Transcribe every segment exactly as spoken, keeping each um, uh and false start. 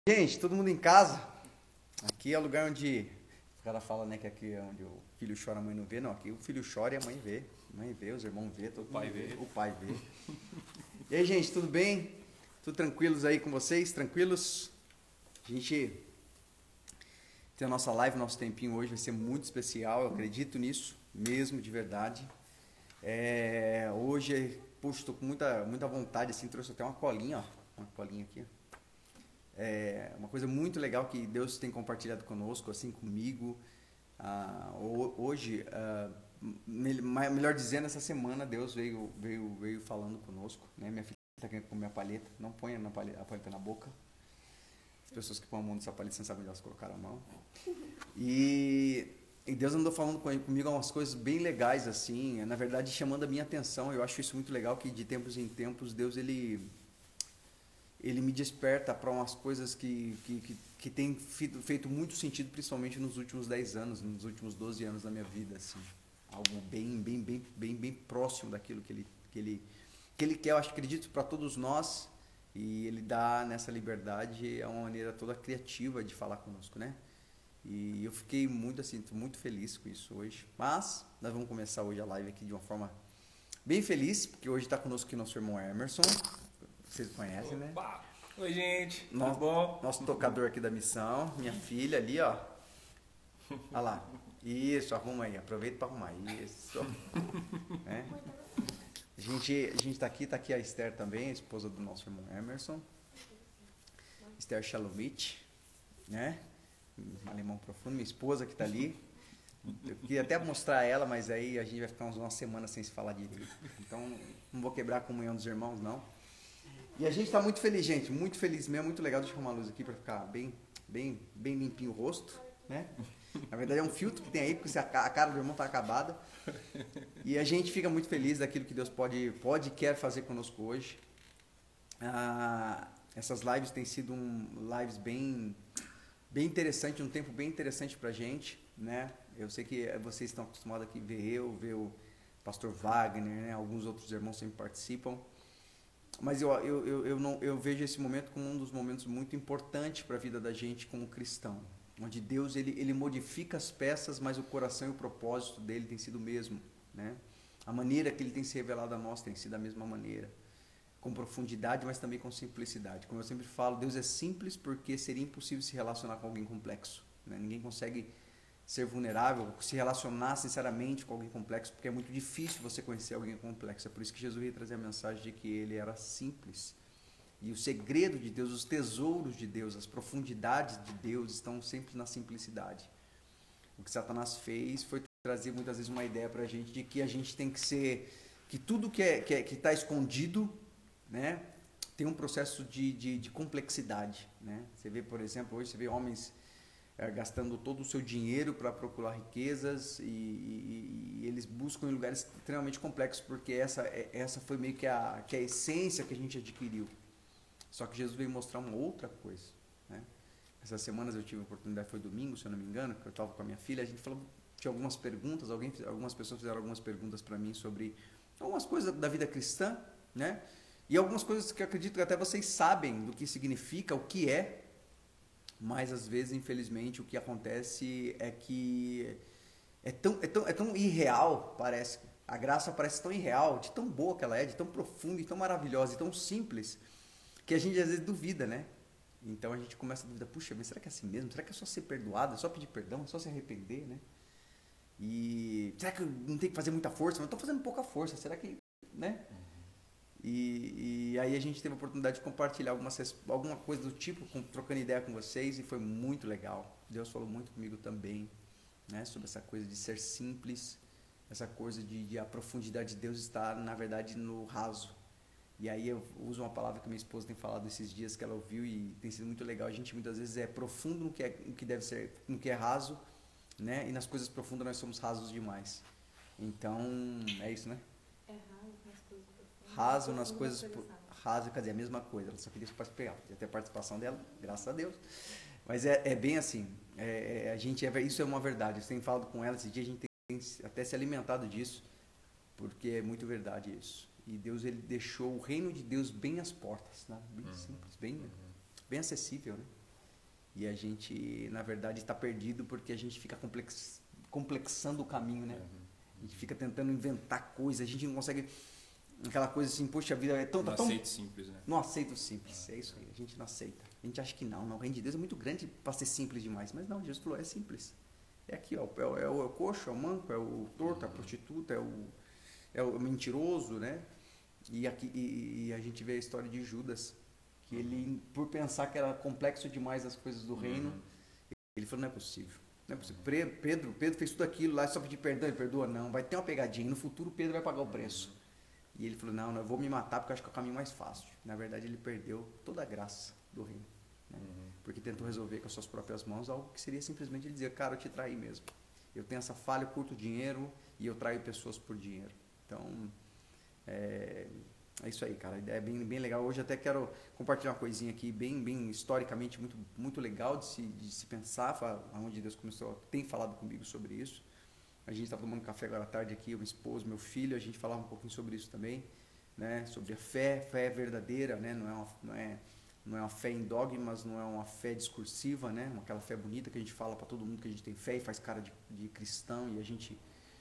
Gente, todo mundo em casa. Aqui é o lugar onde o cara fala, né, que aqui é onde o filho chora, a mãe não vê. Não, aqui o filho chora e a mãe vê. A mãe vê, os irmãos vê, todo O pai mundo vê. O pai vê. E aí, gente, tudo bem? Tudo tranquilos aí com vocês? Tranquilos? A gente tem a nossa live, nosso tempinho hoje vai ser muito especial, eu acredito nisso, mesmo de verdade. É, hoje, puxa, estou com muita, muita vontade, assim, trouxe até uma colinha, ó, uma colinha aqui, ó. É uma coisa muito legal que Deus tem compartilhado conosco, assim, comigo. Ah, hoje, ah, melhor dizendo, essa semana Deus veio, veio, veio falando conosco, né? Minha filha está aqui com a minha palheta, não ponha na palheta, a palheta na boca. As pessoas que põem a mão nessa palheta não sabem onde elas colocaram a mão. E, e Deus andou falando comigo umas coisas bem legais, assim, na verdade chamando a minha atenção. Eu acho isso muito legal, que de tempos em tempos Deus, ele... ele me desperta para umas coisas que, que, que, que tem feito muito sentido, principalmente nos últimos dez anos, nos últimos doze anos da minha vida, assim. Algo bem, bem, bem, bem, bem próximo daquilo que ele, que ele, que ele quer, eu acho, acredito, para todos nós, e ele dá nessa liberdade, é uma maneira toda criativa de falar conosco, né? E eu fiquei muito, assim, muito feliz com isso hoje. Mas nós vamos começar hoje a live aqui de uma forma bem feliz, porque hoje está conosco aqui nosso irmão Emerson. Vocês conhecem, né? Opa! Oi, gente. Tudo Nosso, bom? nosso tocador aqui da missão. Minha filha ali, ó. Olha lá. Isso, arruma aí. Aproveita para arrumar. Isso. É. A gente, a gente tá aqui, tá aqui a Esther também, a esposa do nosso irmão Emerson. Esther Shalomit, né? Um alemão profundo. Minha esposa que tá ali. Eu queria até mostrar ela, mas aí a gente vai ficar umas semanas sem se falar direito. Então, não vou quebrar a comunhão dos irmãos, não. E a gente está muito feliz, gente, muito feliz mesmo, muito legal. Deixa eu arrumar a luz aqui para ficar bem, bem, bem limpinho o rosto, né? Na verdade é um filtro que tem aí, porque a cara do irmão está acabada. E a gente fica muito feliz daquilo que Deus pode, pode e quer fazer conosco hoje. Ah, essas lives têm sido um, lives bem, bem interessantes, um tempo bem interessante para a gente, né? Eu sei que vocês estão acostumados aqui a ver eu, ver o pastor Wagner, né? Alguns outros irmãos sempre participam. Mas eu, eu, eu, eu, não, eu vejo esse momento como um dos momentos muito importantes para a vida da gente como cristão. Onde Deus ele, ele modifica as peças, mas o coração e o propósito dele tem sido o mesmo. Né? A maneira que ele tem se revelado a nós tem sido a mesma maneira. Com profundidade, mas também com simplicidade. Como eu sempre falo, Deus é simples porque seria impossível se relacionar com alguém complexo. Né? Ninguém consegue ser vulnerável, se relacionar sinceramente com alguém complexo, porque é muito difícil você conhecer alguém complexo. É por isso que Jesus veio trazer a mensagem de que ele era simples. E o segredo de Deus, os tesouros de Deus, as profundidades de Deus estão sempre na simplicidade. O que Satanás fez foi trazer muitas vezes uma ideia para a gente de que a gente tem que ser, que tudo que é, que é, que está escondido, né, tem um processo de, de, de complexidade. Né? Você vê, por exemplo, hoje você vê homens gastando todo o seu dinheiro para procurar riquezas e, e, e eles buscam em lugares extremamente complexos, porque essa, essa foi meio que a, que a essência que a gente adquiriu. Só que Jesus veio mostrar uma outra coisa. Né? Essas semanas eu tive a oportunidade, foi domingo, se eu não me engano, que eu estava com a minha filha, a gente falou, tinha algumas perguntas, alguém, algumas pessoas fizeram algumas perguntas para mim sobre algumas coisas da vida cristã, né? E algumas coisas que eu acredito que até vocês sabem do que significa, o que é, mas às vezes, infelizmente, o que acontece é que é tão, é tão, é tão irreal, parece. A graça parece tão irreal, de tão boa que ela é, de tão profunda, e tão maravilhosa, e tão simples, que a gente às vezes duvida, né? Então a gente começa a duvidar, puxa, mas será que é assim mesmo? Será que é só ser perdoado, é só pedir perdão, é só se arrepender, né? E será que eu não tenho que fazer muita força? Mas eu estou fazendo pouca força, será que, né? E, e aí a gente teve a oportunidade de compartilhar algumas, alguma coisa do tipo, com, trocando ideia com vocês, e foi muito legal. Deus falou muito comigo também, né, sobre essa coisa de ser simples, essa coisa de, de a profundidade de Deus estar, na verdade, no raso. E aí eu uso uma palavra que minha esposa tem falado esses dias, que ela ouviu e tem sido muito legal. A gente muitas vezes é profundo no que, é, no que deve ser, no que é raso, né, e nas coisas profundas nós somos rasos demais. Então, é isso, né? É raso nas coisas profundas. Raso nas coisas, raso, quer dizer, a mesma coisa, ela só queria participar, podia ter a participação dela, graças a Deus, mas é, é bem assim, é, é, a gente é, isso é uma verdade, eu tenho falado com ela esse dia, a gente tem até se alimentado disso, porque é muito verdade isso, e Deus, ele deixou o reino de Deus bem às portas, né? Bem uhum. simples, bem, uhum. bem acessível, né? E a gente, na verdade, está perdido porque a gente fica complex, complexando o caminho, né? Uhum. A gente fica tentando inventar coisas, a gente não consegue... Aquela coisa assim, poxa, a vida é tão... Não tão... aceita o simples, né? Não aceita o simples, é isso aí. A gente não aceita. A gente acha que não, não. O reino de Deus é muito grande para ser simples demais. Mas não, Jesus falou, é simples. É aqui, ó, é, o, é, o, é o coxo, é o manco, é o torto, é a prostituta, é o, é o mentiroso, né? E, aqui, e, e a gente vê a história de Judas, que ele, por pensar que era complexo demais as coisas do reino, uhum. ele falou, não é possível. Não é possível. Pedro, Pedro fez tudo aquilo lá, só pedir perdão, ele perdoa? Não, vai ter uma pegadinha. No futuro, Pedro vai pagar o preço. E ele falou, não, não, eu vou me matar porque eu acho que é o caminho mais fácil. Na verdade, ele perdeu toda a graça do reino. Né? Uhum. Porque tentou resolver com as suas próprias mãos algo que seria simplesmente ele dizer, cara, eu te traí mesmo. Eu tenho essa falha, eu curto dinheiro e eu traio pessoas por dinheiro. Então, é, é isso aí, cara. A ideia é bem, bem legal. Hoje até quero compartilhar uma coisinha aqui, bem, bem historicamente, muito, muito legal de se, de se pensar, onde Deus começou, tem falado comigo sobre isso. A gente estava tomando café agora à tarde aqui, minha esposa, meu filho, a gente falava um pouquinho sobre isso também, né? Sobre a fé, fé verdadeira, né? Não é uma, não é, não é uma fé em dogmas, não é uma fé discursiva, né? Aquela fé bonita que a gente fala para todo mundo que a gente tem fé e faz cara de, de cristão e a gente,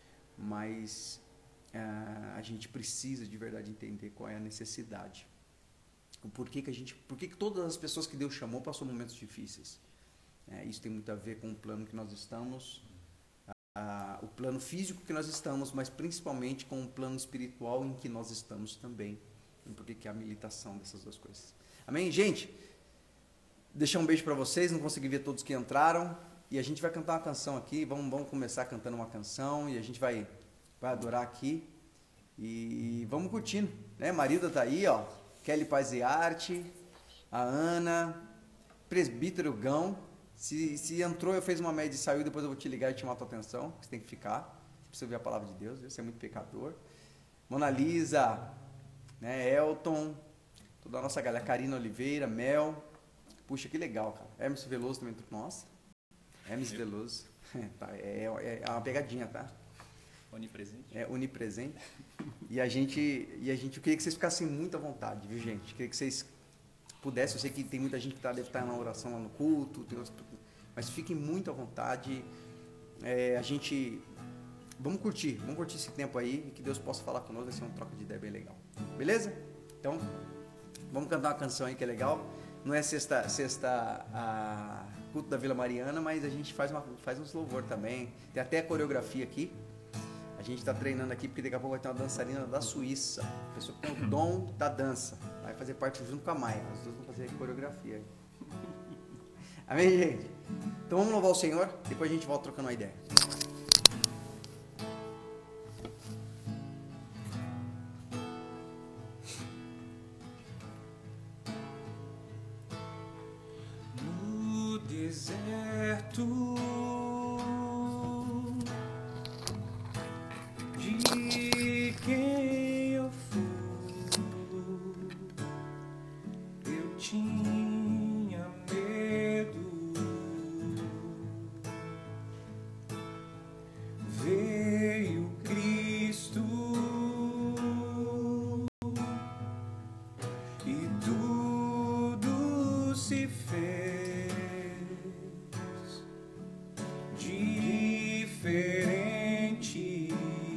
mas uh, a gente precisa de verdade entender qual é a necessidade, o porquê que a gente, porquê que todas as pessoas que Deus chamou passou momentos difíceis. É, isso tem muito a ver com o plano que nós estamos. Ah, o plano físico que nós estamos, mas principalmente com o plano espiritual em que nós estamos também. Porque que é a militação dessas duas coisas. Amém, gente? Deixar um beijo para vocês, não consegui ver todos que entraram. E a gente vai cantar uma canção aqui, vamos, vamos começar cantando uma canção e a gente vai, vai adorar aqui. E vamos curtindo, né? Marilda tá aí, ó. Kelly Paz e Arte, a Ana, Presbítero Gão. Se, se entrou, eu fiz uma média e saiu, depois eu vou te ligar e te chamar a tua atenção, você tem que ficar, você precisa ouvir a palavra de Deus, você é muito pecador. Mona Lisa, né, Elton, toda a nossa galera, Karina Oliveira, Mel, puxa, que legal, cara. Hermes Veloso também, nossa, Hermes Veloso, tá, é, é, é uma pegadinha, tá? Onipresente. É, onipresente. E a gente, e a gente, eu queria que vocês ficassem muito à vontade, viu, gente? Eu queria que vocês pudessem, eu sei que tem muita gente que tá, deve estar na oração lá no culto, tem outros, mas fiquem muito à vontade. É, a gente, vamos curtir, vamos curtir esse tempo aí e que Deus possa falar conosco, vai ser uma troca de ideia bem legal. Beleza? Então, vamos cantar uma canção aí que é legal. Não é sexta, sexta a culto da Vila Mariana, mas a gente faz, uma, faz uns louvor também. Tem até a coreografia aqui. A gente está treinando aqui porque daqui a pouco vai ter uma dançarina da Suíça, pessoa que tem o dom da dança, vai fazer parte junto com a Maia, as duas vão fazer a coreografia. Amém, gente? Então vamos louvar o Senhor, depois a gente volta trocando uma ideia. No deserto de quem eu fui, eu tinha medo. Veio Cristo e tudo se fez diferente.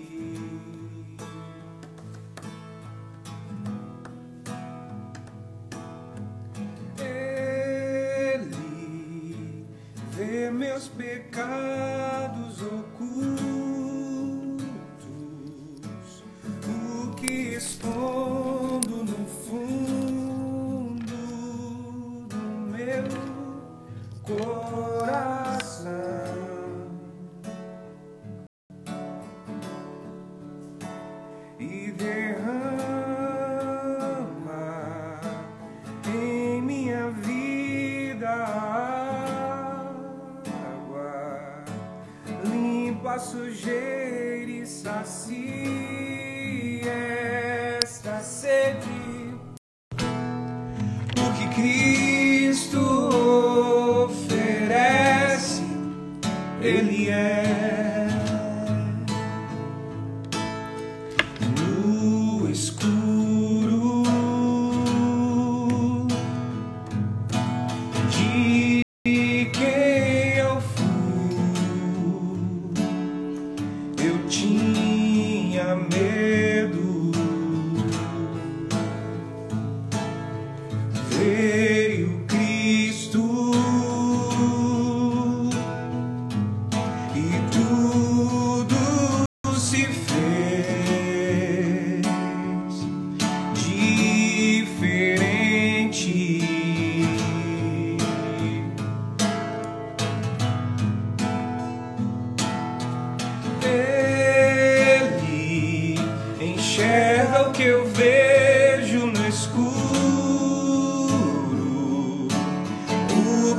Ele vê meus pecados ocultos, o que escondo no fundo do meu coração, e derrama em minha vida água, limpa a sujeira e sacia esta sede, porque Cristo oferece, Ele é no escuro de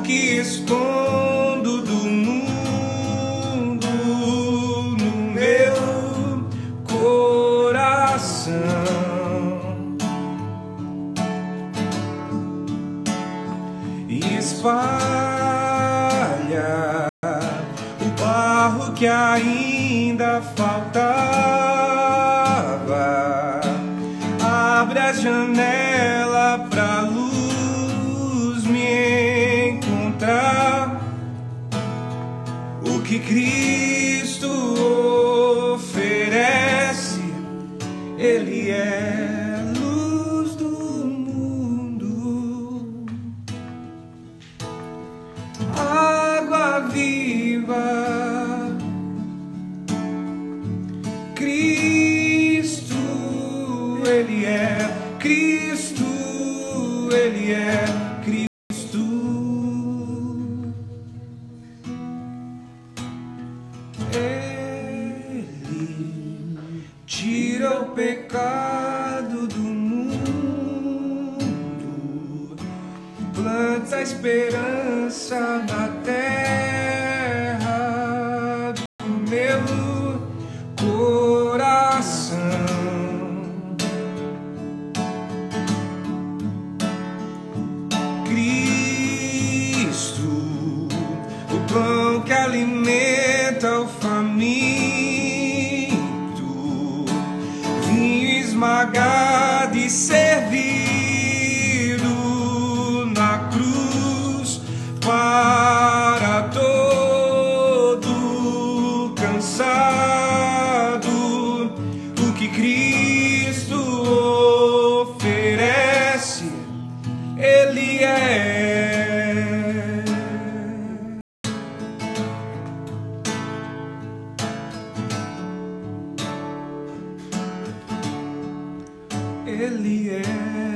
que escondo do mundo no meu coração. Espalha o barro que ainda faltava, abre a janela pra luz me encontrar. O que Cristo oferece, Ele é luz do mundo, água viva. Cristo, Ele é Cristo, Ele é Cristo. Ele tira o pecado do mundo, planta a esperança na terra do meu coração. Cristo, o pão que alimenta o faminto, vinho esmagado e servido na cruz para todo cansado. O que Cristo oferece, Ele é. Ele é.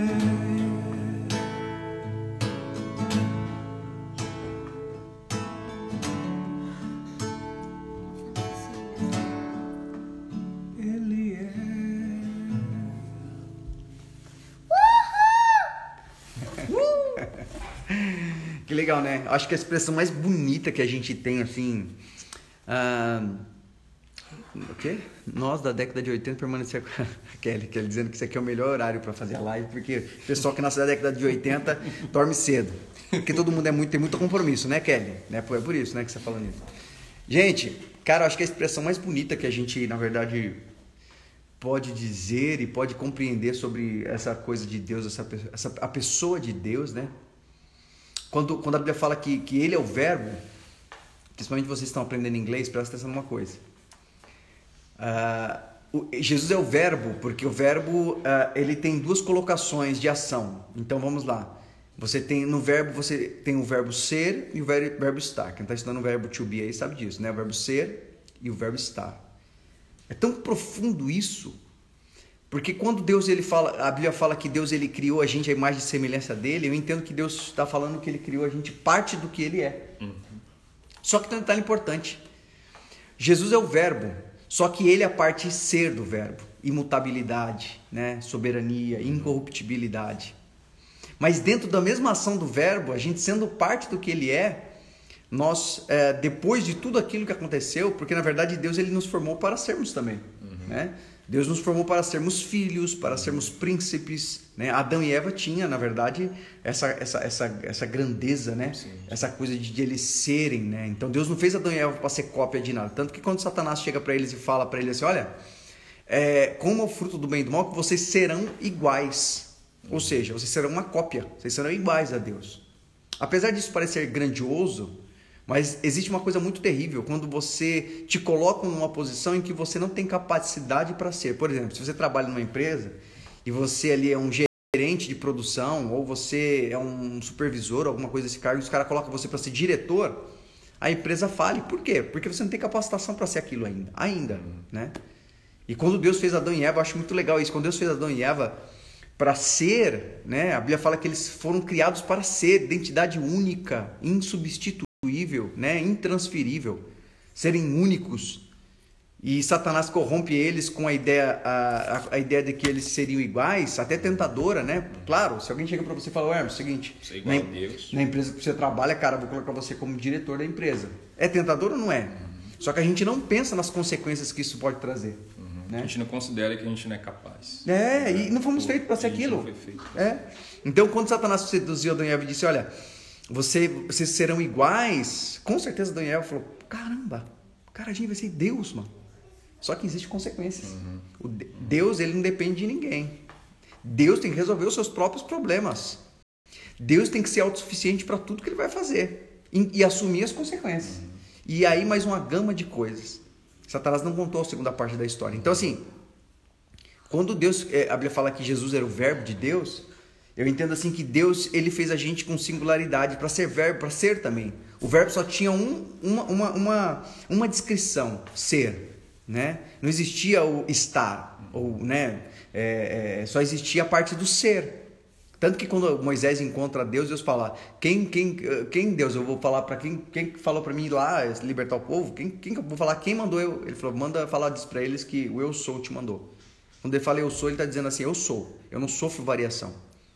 Ele é. Que legal, né? Acho que a expressão mais bonita que a gente tem, assim... ah, o quê? Nós, da década de oitenta, permanecer com a Kelly, Kelly dizendo que isso aqui é o melhor horário para fazer a live, porque o pessoal que nasce da década de oitenta dorme cedo. Porque todo mundo é muito, tem muito compromisso, né, Kelly? É por, é por isso, né, que você falou nisso. Gente, cara, eu acho que a expressão mais bonita que a gente, na verdade, pode dizer e pode compreender sobre essa coisa de Deus, essa, essa, a pessoa de Deus, né? Quando, quando a Bíblia fala que, que Ele é o verbo, principalmente vocês que estão aprendendo inglês, presta atenção numa coisa. Uh, o, Jesus é o verbo, porque o verbo uh, ele tem duas colocações de ação. Então vamos lá. Você tem no verbo, você tem o verbo ser e o verbo, verbo estar. Quem está estudando o verbo to be aí sabe disso, né? O verbo ser e o verbo estar. É tão profundo isso, porque quando Deus ele fala, a Bíblia fala que Deus ele criou a gente à imagem e semelhança dele, eu entendo que Deus está falando que ele criou a gente parte do que ele é. Uhum. Só que tem um detalhe importante. Jesus é o verbo, só que ele é a parte ser do verbo. Imutabilidade, né? Soberania, incorruptibilidade. Mas dentro da mesma ação do verbo, a gente sendo parte do que ele é, nós, é, depois de tudo aquilo que aconteceu, porque na verdade Deus ele nos formou para sermos também, uhum. né? Deus nos formou para sermos filhos, para sermos príncipes, né? Adão e Eva tinham, na verdade, essa, essa, essa, essa grandeza, né? Sim. Essa coisa de, de eles serem, né? Então Deus não fez Adão e Eva para ser cópia de nada. Tanto que quando Satanás chega para eles e fala para eles assim, olha, é, como o fruto do bem e do mal, que vocês serão iguais. Uhum. Ou seja, vocês serão uma cópia, vocês serão iguais a Deus. Apesar disso parecer grandioso, mas existe uma coisa muito terrível quando você te coloca numa posição em que você não tem capacidade para ser. Por exemplo, se você trabalha numa empresa e você ali é um gerente de produção ou você é um supervisor, alguma coisa desse cargo, e os caras colocam você para ser diretor, a empresa fale. Por quê? Porque você não tem capacitação para ser aquilo ainda. Ainda, né? E quando Deus fez Adão e Eva, eu acho muito legal isso. Quando Deus fez Adão e Eva para ser, né? A Bíblia fala que eles foram criados para ser, identidade única, insubstituível, né? Intransferível, serem únicos. E Satanás corrompe eles com a ideia, a, a, a ideia de que eles seriam iguais, até tentadora, né? Claro, se alguém chega para você e fala, Hermes, é o seguinte, Você é igual na, a Deus. na empresa que você trabalha, cara, eu vou colocar você como diretor da empresa. É tentador ou não é? Uhum. Só que a gente não pensa nas consequências que isso pode trazer. Uhum. Né? A gente não considera que a gente não é capaz. É, e não fomos Pô, feitos para ser a gente aquilo. não foi feito pra É. Então, quando Satanás seduziu Adão e Eva e disse, olha, você, vocês serão iguais, com certeza Adão e Eva falou, caramba, cara, a gente vai ser Deus, mano. Só que existem consequências. Uhum. O Deus, ele não depende de ninguém. Deus tem que resolver os seus próprios problemas. Deus tem que ser autossuficiente para tudo que ele vai fazer. E, e assumir as consequências. Uhum. E aí mais uma gama de coisas. Satanás não contou a segunda parte da história. Então assim, quando Deus, a Bíblia fala que Jesus era o verbo de Deus, eu entendo assim que Deus, ele fez a gente com singularidade para ser verbo, para ser também. O verbo só tinha um, uma, uma, uma, uma descrição, ser. Né? Não existia o estar, ou, né? é, é, só existia a parte do ser. Tanto que quando Moisés encontra Deus, Deus fala, quem, quem, quem Deus, eu vou falar para quem, quem falou para mim ir lá libertar o povo, quem, quem eu vou falar, quem mandou eu? Ele falou, manda falar disso para eles que o eu sou te mandou. Quando ele fala eu sou, ele está dizendo assim, eu sou, eu não sofro variação,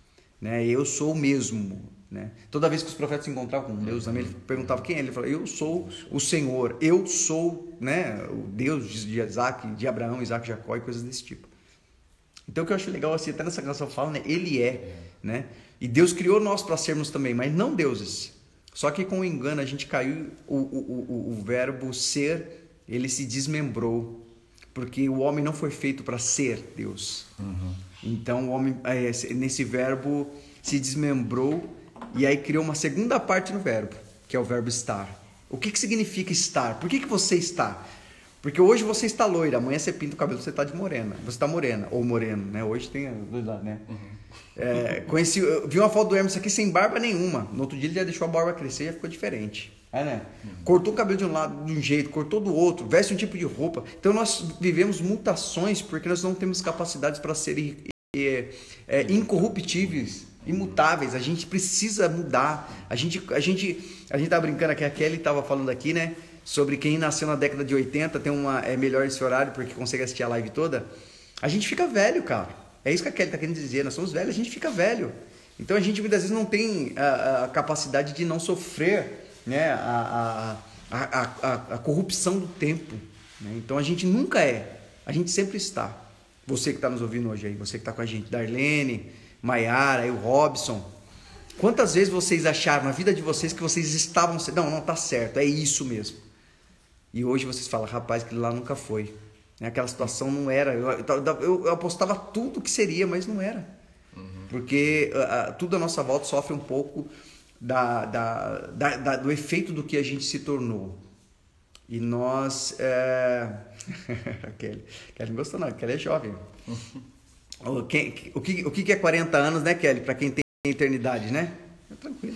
né? Eu sou o mesmo. Né? Toda vez que os profetas se encontravam com Deus, também ele perguntava quem é. Ele falava, eu sou o Senhor, eu sou, né, o Deus de Isaac, de Abraão, Isaac, Jacó e coisas desse tipo. Então o que eu acho legal, assim, até nessa canção fala, né, ele é, né? E Deus criou nós para sermos também, mas não deuses. Só que com o engano a gente caiu, o, o, o, o verbo ser, ele se desmembrou, porque o homem não foi feito para ser Deus. Uhum. Então o homem, é, nesse verbo, se desmembrou. E aí criou uma segunda parte no verbo, que é o verbo estar. O que, que significa estar? Por que, que você está? Porque hoje você está loira, amanhã você pinta o cabelo, você está de morena. Você está morena, ou moreno, né? Hoje tem dois lados, né? Uhum. É, conheci, eu vi uma foto do Hermes aqui sem barba nenhuma. No outro dia ele já deixou a barba crescer e já ficou diferente. É, né? Uhum. Cortou o cabelo de um lado de um jeito, cortou do outro, veste um tipo de roupa. Então nós vivemos mutações porque nós não temos capacidades para ser é, é, incorruptíveis. Imutáveis, a gente precisa mudar. A gente a gente a gente tá brincando aqui, a Kelly estava falando aqui, né, sobre quem nasceu na década de oitenta, tem uma é melhor esse horário porque consegue assistir a live toda. A gente fica velho, cara. É isso que a Kelly tá querendo dizer, nós somos velhos, a gente fica velho. Então a gente muitas vezes não tem a, a capacidade de não sofrer, né, a, a, a, a, a corrupção do tempo, né? Então a gente nunca é, a gente sempre está. Você que está nos ouvindo hoje aí, você que está com a gente, Darlene, Maiara, o Robson, quantas vezes vocês acharam na vida de vocês que vocês estavam, não, não tá certo, é isso mesmo. E hoje vocês falam, rapaz, que lá nunca foi. Aquela situação não era, eu, eu, eu apostava tudo que seria, mas não era. Uhum. Porque uh, tudo à nossa volta sofre um pouco da, da, da, da, do efeito do que a gente se tornou. E nós... É... Kelly, Kelly não gostou não, Kelly é jovem. O que, o, que, o que é quarenta anos, né, Kelly? Para quem tem eternidade, né? É tranquilo.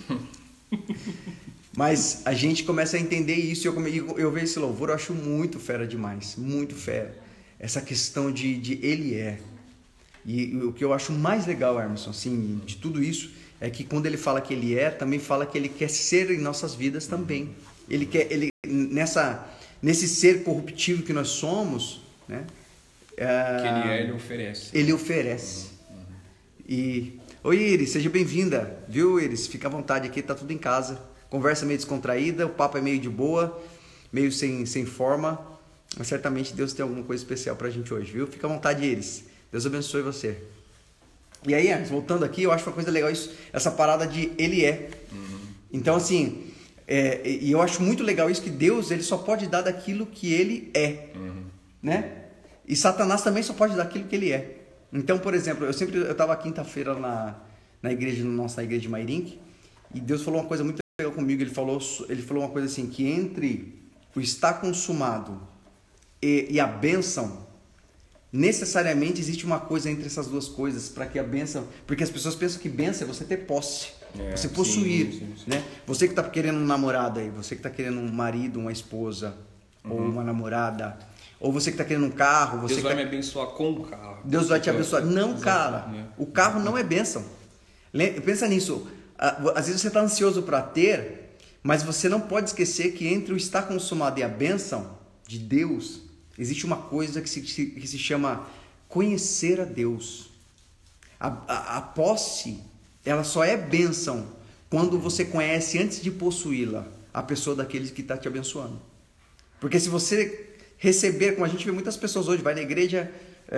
Mas a gente começa a entender isso. Eu, eu, eu vejo esse louvor, eu acho muito fera demais. Muito fera. Essa questão de, de ele é. E, e o que eu acho mais legal, Emerson, assim, de tudo isso, é que quando ele fala que ele é, também fala que ele quer ser em nossas vidas também. Ele quer, ele, nessa, nesse ser corruptível que nós somos, né? Que ele é, ele oferece. Ele oferece. Uhum, uhum. E... Oi, Iris, seja bem-vinda. Viu, Iris? Fica à vontade aqui, tá tudo em casa. Conversa meio descontraída, o papo é meio de boa, meio sem, sem forma. Mas certamente Deus tem alguma coisa especial pra gente hoje, viu? Fica à vontade, Iris. Deus abençoe você. E aí, voltando aqui, eu acho uma coisa legal isso, essa parada de ele é. Uhum. Então, assim, é, e eu acho muito legal isso, que Deus ele só pode dar daquilo que ele é. Uhum. Né? E Satanás também só pode dar aquilo que ele é. Então, por exemplo, eu sempre eu estava quinta-feira na, na igreja, nossa igreja de Mairink, e Deus falou uma coisa muito legal comigo. Ele falou, ele falou uma coisa assim, que entre o está consumado e, e a bênção, necessariamente existe uma coisa entre essas duas coisas, para que a bênção, porque as pessoas pensam que bênção é você ter posse, é, você possuir, sim, sim, sim. Né? Você que está querendo um namorado aí, você que está querendo um marido, uma esposa, uhum. ou uma namorada, ou você que está querendo um carro. Você Deus vai tá... me abençoar com o carro. Deus vai te abençoar. Não, cara. O carro não é bênção. Pensa nisso. Às vezes você está ansioso para ter, mas você não pode esquecer que entre o estar consumado e a bênção de Deus, Existe uma coisa que se, que se chama conhecer a Deus. A, a, a posse, ela só é bênção quando você conhece, antes de possuí-la, a pessoa daqueles que está te abençoando. Porque se você receber, como a gente vê muitas pessoas hoje, vai na igreja,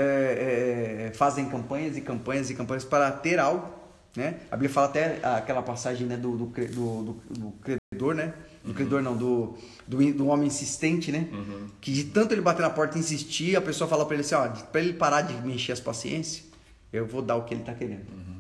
é, é, fazem campanhas e campanhas e campanhas para ter algo, né? A Bíblia fala até aquela passagem, né, do, do, do, do credor, né? Do credor não, do, do, do homem insistente, né? Uhum. Que de tanto ele bater na porta e insistir, a pessoa fala para ele assim, ó, para ele parar de me encher as paciências, eu vou dar o que ele está querendo. Uhum.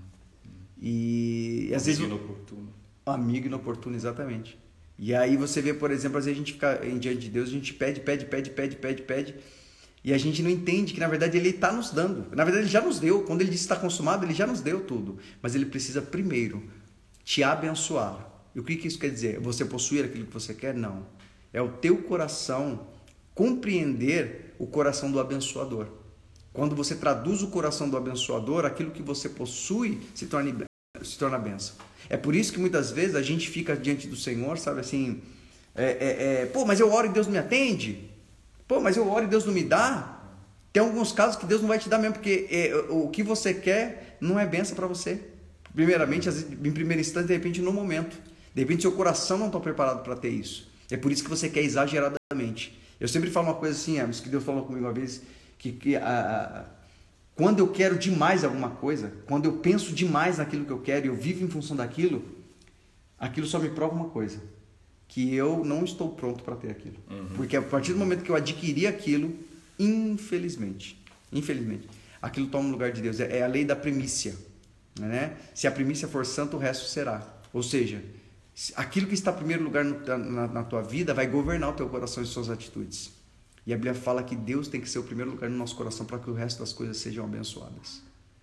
E, e às vezes... Amigo inoportuno. Amigo inoportuno, exatamente. E aí você vê, por exemplo, às vezes a gente fica em diante de Deus, a gente pede, pede, pede, pede, pede, pede, e a gente não entende que na verdade ele está nos dando. Na verdade ele já nos deu. Quando ele disse que está consumado, ele já nos deu tudo. Mas ele precisa primeiro te abençoar. E o que, que isso quer dizer? Você possuir aquilo que você quer? Não. É o teu coração compreender o coração do abençoador. Quando você traduz o coração do abençoador, aquilo que você possui se torna, se torna bênção. É por isso que muitas vezes a gente fica diante do Senhor, sabe assim, é, é, é, pô, mas eu oro e Deus não me atende? Pô, mas eu oro e Deus não me dá? Tem alguns casos que Deus não vai te dar mesmo, porque é, o que você quer não é bênção para você. Primeiramente, em primeiro instante, de repente, no momento. De repente, seu coração não está preparado para ter isso. É por isso que você quer exageradamente. Eu sempre falo uma coisa assim, é, isso que Deus falou comigo uma vez, que, que a, a, quando eu quero demais alguma coisa, quando eu penso demais naquilo que eu quero e eu vivo em função daquilo, aquilo só me prova uma coisa, que eu não estou pronto para ter aquilo. Uhum. Porque a partir do momento que eu adquiri aquilo, infelizmente, infelizmente, aquilo toma o lugar de Deus. É, é a lei da primícia, né? Se a primícia for santa, o resto será. Ou seja, aquilo que está em primeiro lugar no, na, na tua vida vai governar o teu coração e suas atitudes. E a Bíblia fala que Deus tem que ser o primeiro lugar no nosso coração para que o resto das coisas sejam abençoadas.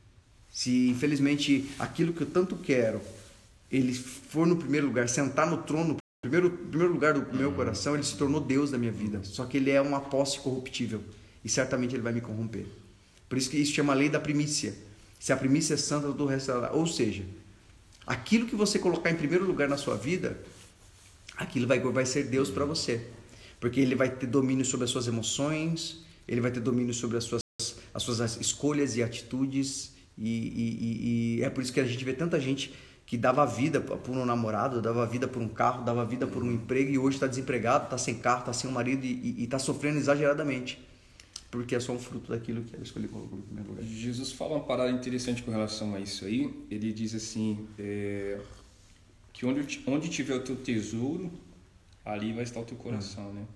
Se, infelizmente, aquilo que eu tanto quero, ele for no primeiro lugar, sentar no trono, primeiro primeiro lugar do meu coração, ele se tornou Deus da minha vida. Só que ele é uma posse corruptível e certamente ele vai me corromper. Por isso que isso chama a lei da primícia. Se a primícia é santa, todo o resto é... Ou seja, aquilo que você colocar em primeiro lugar na sua vida, aquilo vai, vai ser Deus para você. Porque ele vai ter domínio sobre as suas emoções, ele vai ter domínio sobre as suas, as suas escolhas e atitudes. E, e, e é por isso que a gente vê tanta gente que dava vida por um namorado, dava vida por um carro, dava vida por um emprego e hoje está desempregado, está sem carro, está sem um marido e está sofrendo exageradamente. Porque é só um fruto daquilo que ela escolheu colocar no primeiro lugar. Jesus fala uma parada interessante com relação a isso aí. Ele diz assim, é, que onde, onde tiver o teu tesouro, ali vai estar o teu coração, né?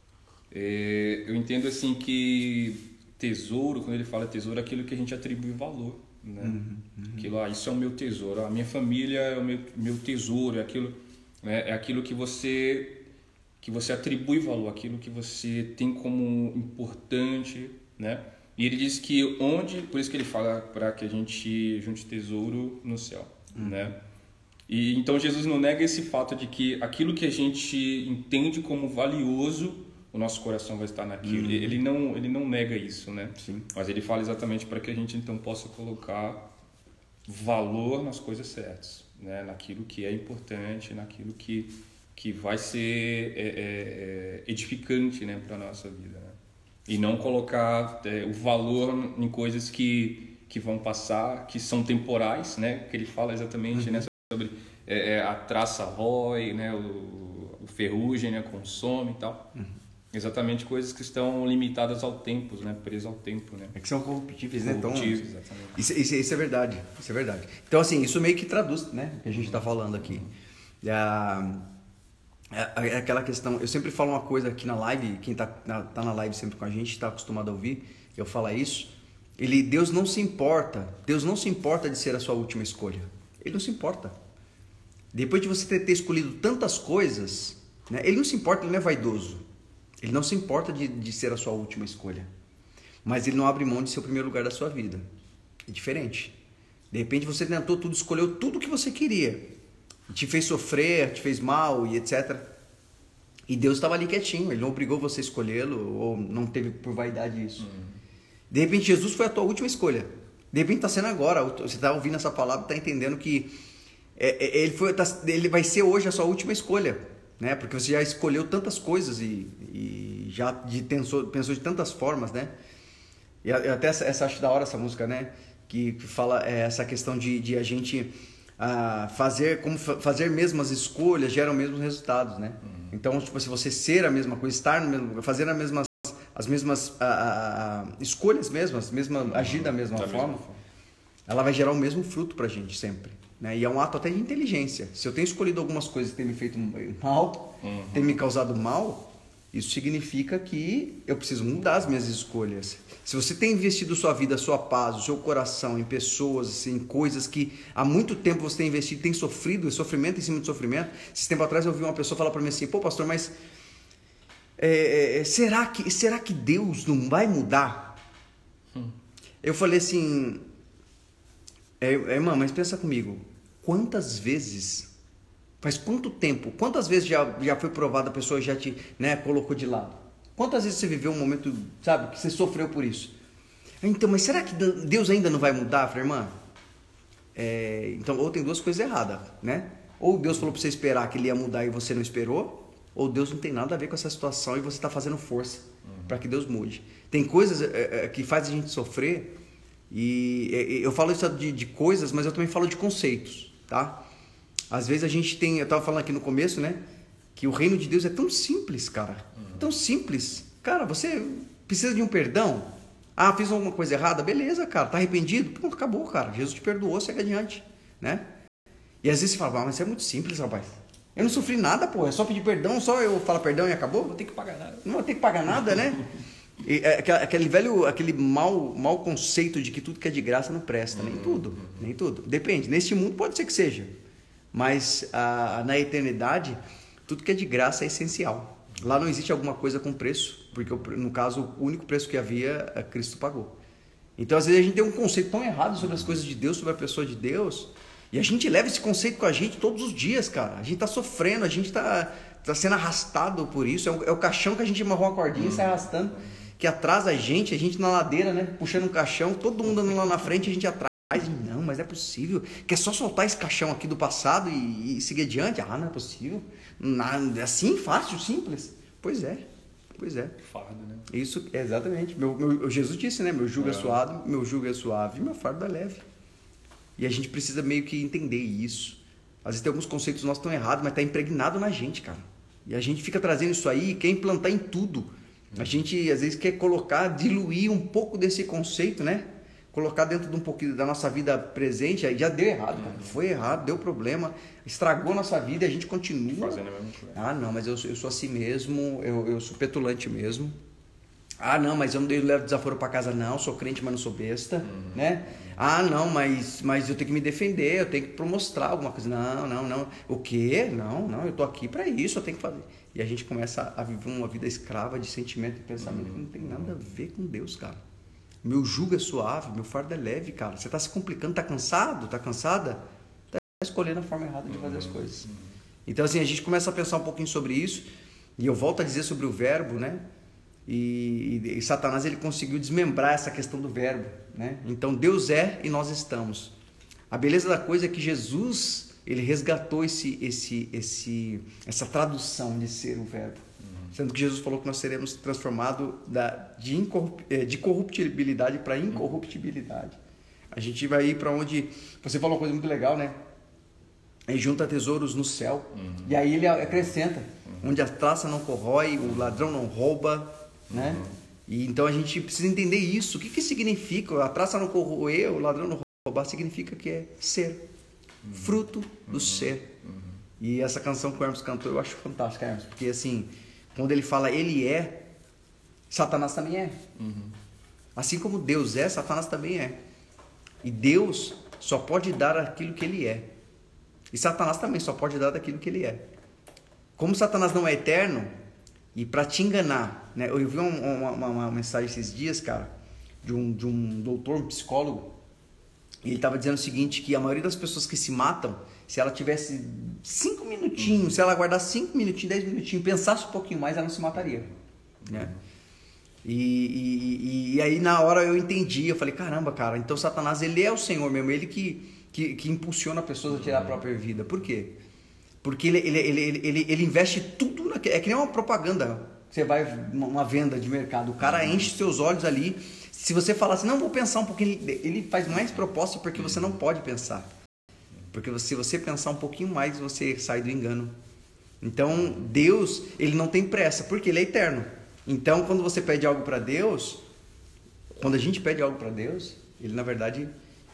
É, eu entendo assim que tesouro, quando ele fala tesouro, é aquilo que a gente atribui valor, né? Uhum, uhum. Aquilo, ah, isso é o meu tesouro, a minha família é o meu, meu tesouro, é aquilo, né? É aquilo que você que você atribui valor, aquilo que você tem como importante, né? E ele diz que onde, por isso que ele fala para que a gente junte tesouro no céu, uhum. né? E então Jesus não nega esse fato de que aquilo que a gente entende como valioso, o nosso coração vai estar naquilo. Uhum. Ele não ele não nega isso, né? Sim. Mas ele fala exatamente para que a gente então possa colocar valor nas coisas certas, né? Naquilo que é importante, naquilo que que vai ser é, é, edificante, né, para a nossa vida, né? E não colocar é, o valor em coisas que, que vão passar, que são temporais, né? Que ele fala exatamente, uhum. né, sobre é, a traça rói, né, o, o ferrugem, né, consome e tal. Uhum. Exatamente coisas que estão limitadas ao tempo, né, presas ao tempo, né? É que são corruptíveis, né? Corruptíveis, então, exatamente. Isso, isso, isso é verdade, isso é verdade. Então, assim, isso meio que traduz, né, o que a gente está falando aqui. A... É aquela questão, eu sempre falo uma coisa aqui na live, quem está na, tá na live sempre com a gente, está acostumado a ouvir, eu falo isso, ele, Deus não se importa, Deus não se importa de ser a sua última escolha, Ele não se importa. Depois de você ter, ter escolhido tantas coisas, né, Ele não se importa, Ele não é vaidoso, Ele não se importa de, de ser a sua última escolha, mas Ele não abre mão de ser o primeiro lugar da sua vida, é diferente. De repente você tentou tudo, escolheu tudo o que você queria, te fez sofrer, te fez mal e etcétera. E Deus estava ali quietinho, Ele não obrigou você a escolhê-lo, ou não teve por vaidade isso. Uhum. De repente Jesus foi a tua última escolha. De repente está sendo agora, você está ouvindo essa palavra, está entendendo que é, é, ele, foi, tá, ele vai ser hoje a sua última escolha. né? Porque você já escolheu tantas coisas e, e já de, pensou, pensou de tantas formas, né? E até essa, essa acho da hora essa música, né? Que, que fala é, essa questão de, de a gente ah, fazer, como fazer mesmas escolhas geram mesmos resultados, né? Uhum. Então, tipo, se você ser a mesma coisa, estar no mesmo lugar, fazer as mesmas, as mesmas ah, ah, escolhas mesmas, mesma, uhum. agir da mesma da forma, mesma forma, ela vai gerar o mesmo fruto pra gente sempre. Né? E é um ato até de inteligência. Se eu tenho escolhido algumas coisas que têm me feito mal, uhum. têm me causado mal, isso significa que eu preciso mudar as minhas escolhas. Se você tem investido sua vida, sua paz, o seu coração em pessoas, assim, em coisas que há muito tempo você tem investido, tem sofrido, sofrimento em cima de sofrimento. Esse tempo atrás eu ouvi uma pessoa falar para mim assim, pô pastor, mas é, é, será, que, será que Deus não vai mudar? Hum. Eu falei assim, é, é, irmã, mas pensa comigo, quantas vezes... Faz quanto tempo, quantas vezes já, já foi provado, a pessoa já te, né, colocou de lado? Quantas vezes você viveu um momento, sabe, que você sofreu por isso? Então, mas será que Deus ainda não vai mudar? Falei, irmã, é, então, ou tem duas coisas erradas, né? Ou Deus falou para você esperar que ele ia mudar e você não esperou, ou Deus não tem nada a ver com essa situação e você está fazendo força uhum. para que Deus mude. Tem coisas é, é, que fazem a gente sofrer, e é, eu falo isso de, de coisas, mas eu também falo de conceitos, tá? Às vezes a gente tem, eu estava falando aqui no começo, né? Que o reino de Deus é tão simples, cara. Uhum. Tão simples. Cara, você precisa de um perdão? Ah, fiz alguma coisa errada? Beleza, cara. Tá arrependido? Pronto, acabou, cara. Jesus te perdoou, segue adiante, né? E às vezes você fala, ah, mas isso é muito simples, rapaz. Eu não sofri nada, pô. É só pedir perdão, só eu falar perdão e acabou? Não vou ter que pagar nada. Não vou ter que pagar nada, né? E, é, aquele velho, aquele mau, mau conceito de que tudo que é de graça não presta. Uhum. Nem tudo, nem tudo. Depende. Neste mundo pode ser que seja. Mas ah, na eternidade, tudo que é de graça é essencial. Lá não existe alguma coisa com preço, porque no caso, o único preço que havia, Cristo pagou. Então, às vezes, a gente tem um conceito tão errado sobre as coisas de Deus, sobre a pessoa de Deus, e a gente leva esse conceito com a gente todos os dias, cara. A gente está sofrendo, a gente está tá sendo arrastado por isso. É o, é o caixão que a gente amarrou uma cordinha e sai arrastando, que atrasa a gente, a gente na ladeira, né, puxando um caixão, todo mundo andando lá na frente, a gente atrás. Não, mas é possível, que é só soltar esse caixão aqui do passado e, e seguir adiante. Ah, não é possível, nada, assim, fácil, simples. Pois é, pois é. Fardo, né? Isso, exatamente. Meu, meu, Jesus disse, né? Meu jugo é, é suave, meu jugo é suave, meu fardo é leve. E a gente precisa meio que entender isso. Às vezes tem alguns conceitos nossos que estão errados, mas está impregnado na gente, cara. E a gente fica trazendo isso aí e quer implantar em tudo. A gente, às vezes, quer colocar, diluir um pouco desse conceito, né? Colocar dentro de um pouquinho da nossa vida presente, aí já deu errado, cara. Foi errado, deu problema, estragou a nossa vida e a gente continua. Fazendo a mesma coisa. Ah, não, mas eu, eu sou assim mesmo, eu, eu sou petulante mesmo. Ah, não, mas eu não levo desaforo para casa, não, sou crente, mas não sou besta, uhum. né? Ah, não, mas, mas eu tenho que me defender, eu tenho que mostrar alguma coisa. Não, não, não. O quê? Não, não, eu tô aqui para isso, eu tenho que fazer. E a gente começa a viver uma vida escrava de sentimento e pensamento uhum. que não tem nada a ver com Deus, cara. Meu jugo é suave, meu fardo é leve, cara. Você está se complicando, está cansado, está cansada? Está escolhendo a forma errada de fazer as coisas. Então, assim, a gente começa a pensar um pouquinho sobre isso. E eu volto a dizer sobre o verbo, né? E, e, e Satanás, ele conseguiu desmembrar essa questão do verbo, né? Então, Deus é e nós estamos. A beleza da coisa é que Jesus, ele resgatou esse, esse, esse, essa tradução de ser o verbo. Sendo que Jesus falou que nós seremos transformados da, de, incorrup, de corruptibilidade para incorruptibilidade. A gente vai ir para onde... Você falou uma coisa muito legal, né? Ele junta tesouros no céu. Uhum. E aí ele acrescenta. Uhum. Onde a traça não corrói, o ladrão não rouba, né? Uhum. E então a gente precisa entender isso. O que, que significa? A traça não corroer, o ladrão não roubar, significa que é ser. Uhum. Fruto do uhum. ser. Uhum. E essa canção que o Hermes cantou, eu acho fantástica, Hermes. Porque assim... Quando ele fala ele é, Satanás também é. Uhum. Assim como Deus é, Satanás também é. E Deus só pode dar aquilo que ele é. E Satanás também só pode dar daquilo que ele é. Como Satanás não é eterno, e para te enganar, né? Eu vi uma, uma, uma mensagem esses dias, cara, de um, de um doutor, um psicólogo, e ele estava dizendo o seguinte, que a maioria das pessoas que se matam, se ela tivesse cinco minutinhos, uhum. se ela guardasse cinco minutinhos, dez minutinhos, pensasse um pouquinho mais, ela não se mataria. Uhum. Né? E, e, e aí na hora eu entendi, eu falei, caramba, cara, então Satanás, ele é o Senhor mesmo, ele que, que, que impulsiona pessoas a tirar a própria vida. Por quê? Porque ele, ele, ele, ele, ele, ele investe tudo, na, é que nem uma propaganda. Você vai, uma, uma venda de mercado, o cara enche seus olhos ali. Se você falar assim, não, vou pensar um pouquinho, ele, ele faz mais proposta porque você não pode pensar. Porque se você pensar um pouquinho mais, você sai do engano. Então, Deus, ele não tem pressa, porque ele é eterno. Então, quando você pede algo para Deus, quando a gente pede algo para Deus, ele, na verdade,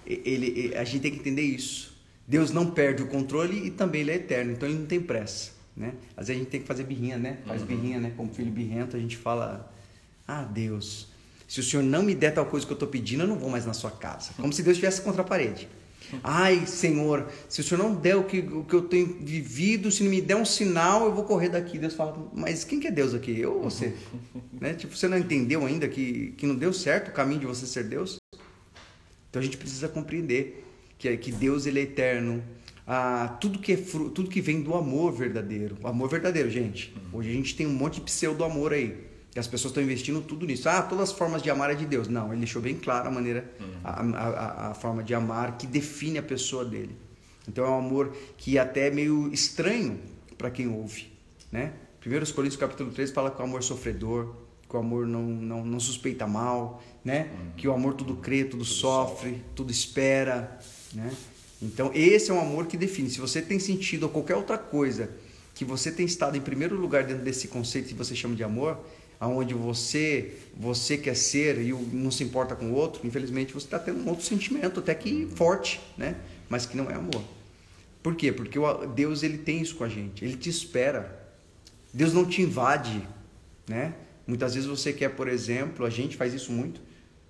ele, a gente tem que entender isso. Deus não perde o controle e também ele é eterno, então ele não tem pressa, né? Às vezes a gente tem que fazer birrinha, né? Faz birrinha, né? Como filho birrento, a gente fala, ah, Deus, se o Senhor não me der tal coisa que eu estou pedindo, eu não vou mais na sua casa. Como se Deus estivesse contra a parede. Ai, Senhor, se o Senhor não der o que, o que eu tenho vivido, se não me der um sinal, eu vou correr daqui. Deus fala, mas quem que é Deus aqui? Eu ou você? Né? Tipo, você não entendeu ainda que, que não deu certo o caminho de você ser Deus? Então a gente precisa compreender que, que Deus, ele é eterno. Ah, tudo, que é fru, tudo que vem do amor verdadeiro. O amor verdadeiro, gente. Hoje a gente tem um monte de pseudo-amor aí. Que as pessoas estão investindo tudo nisso. Ah, todas as formas de amar é de Deus. Não, ele deixou bem claro a maneira, uhum. a, a, a forma de amar que define a pessoa dele. Então é um amor que até é meio estranho para quem ouve, né? primeiro Coríntios capítulo três fala que o amor é sofredor, que o amor não, não, não suspeita mal, né? Uhum. Que o amor tudo crê, tudo, tudo sofre, sofre, tudo espera, né? Então esse é um amor que define. Se você tem sentido ou qualquer outra coisa que você tem estado em primeiro lugar dentro desse conceito que você chama de amor, aonde você você quer ser e não se importa com o outro, infelizmente você está tendo um outro sentimento, até que forte, né? Mas que não é amor. Por quê? Porque Deus, ele tem isso com a gente, ele te espera. Deus não te invade, né? Muitas vezes você quer, por exemplo, a gente faz isso muito,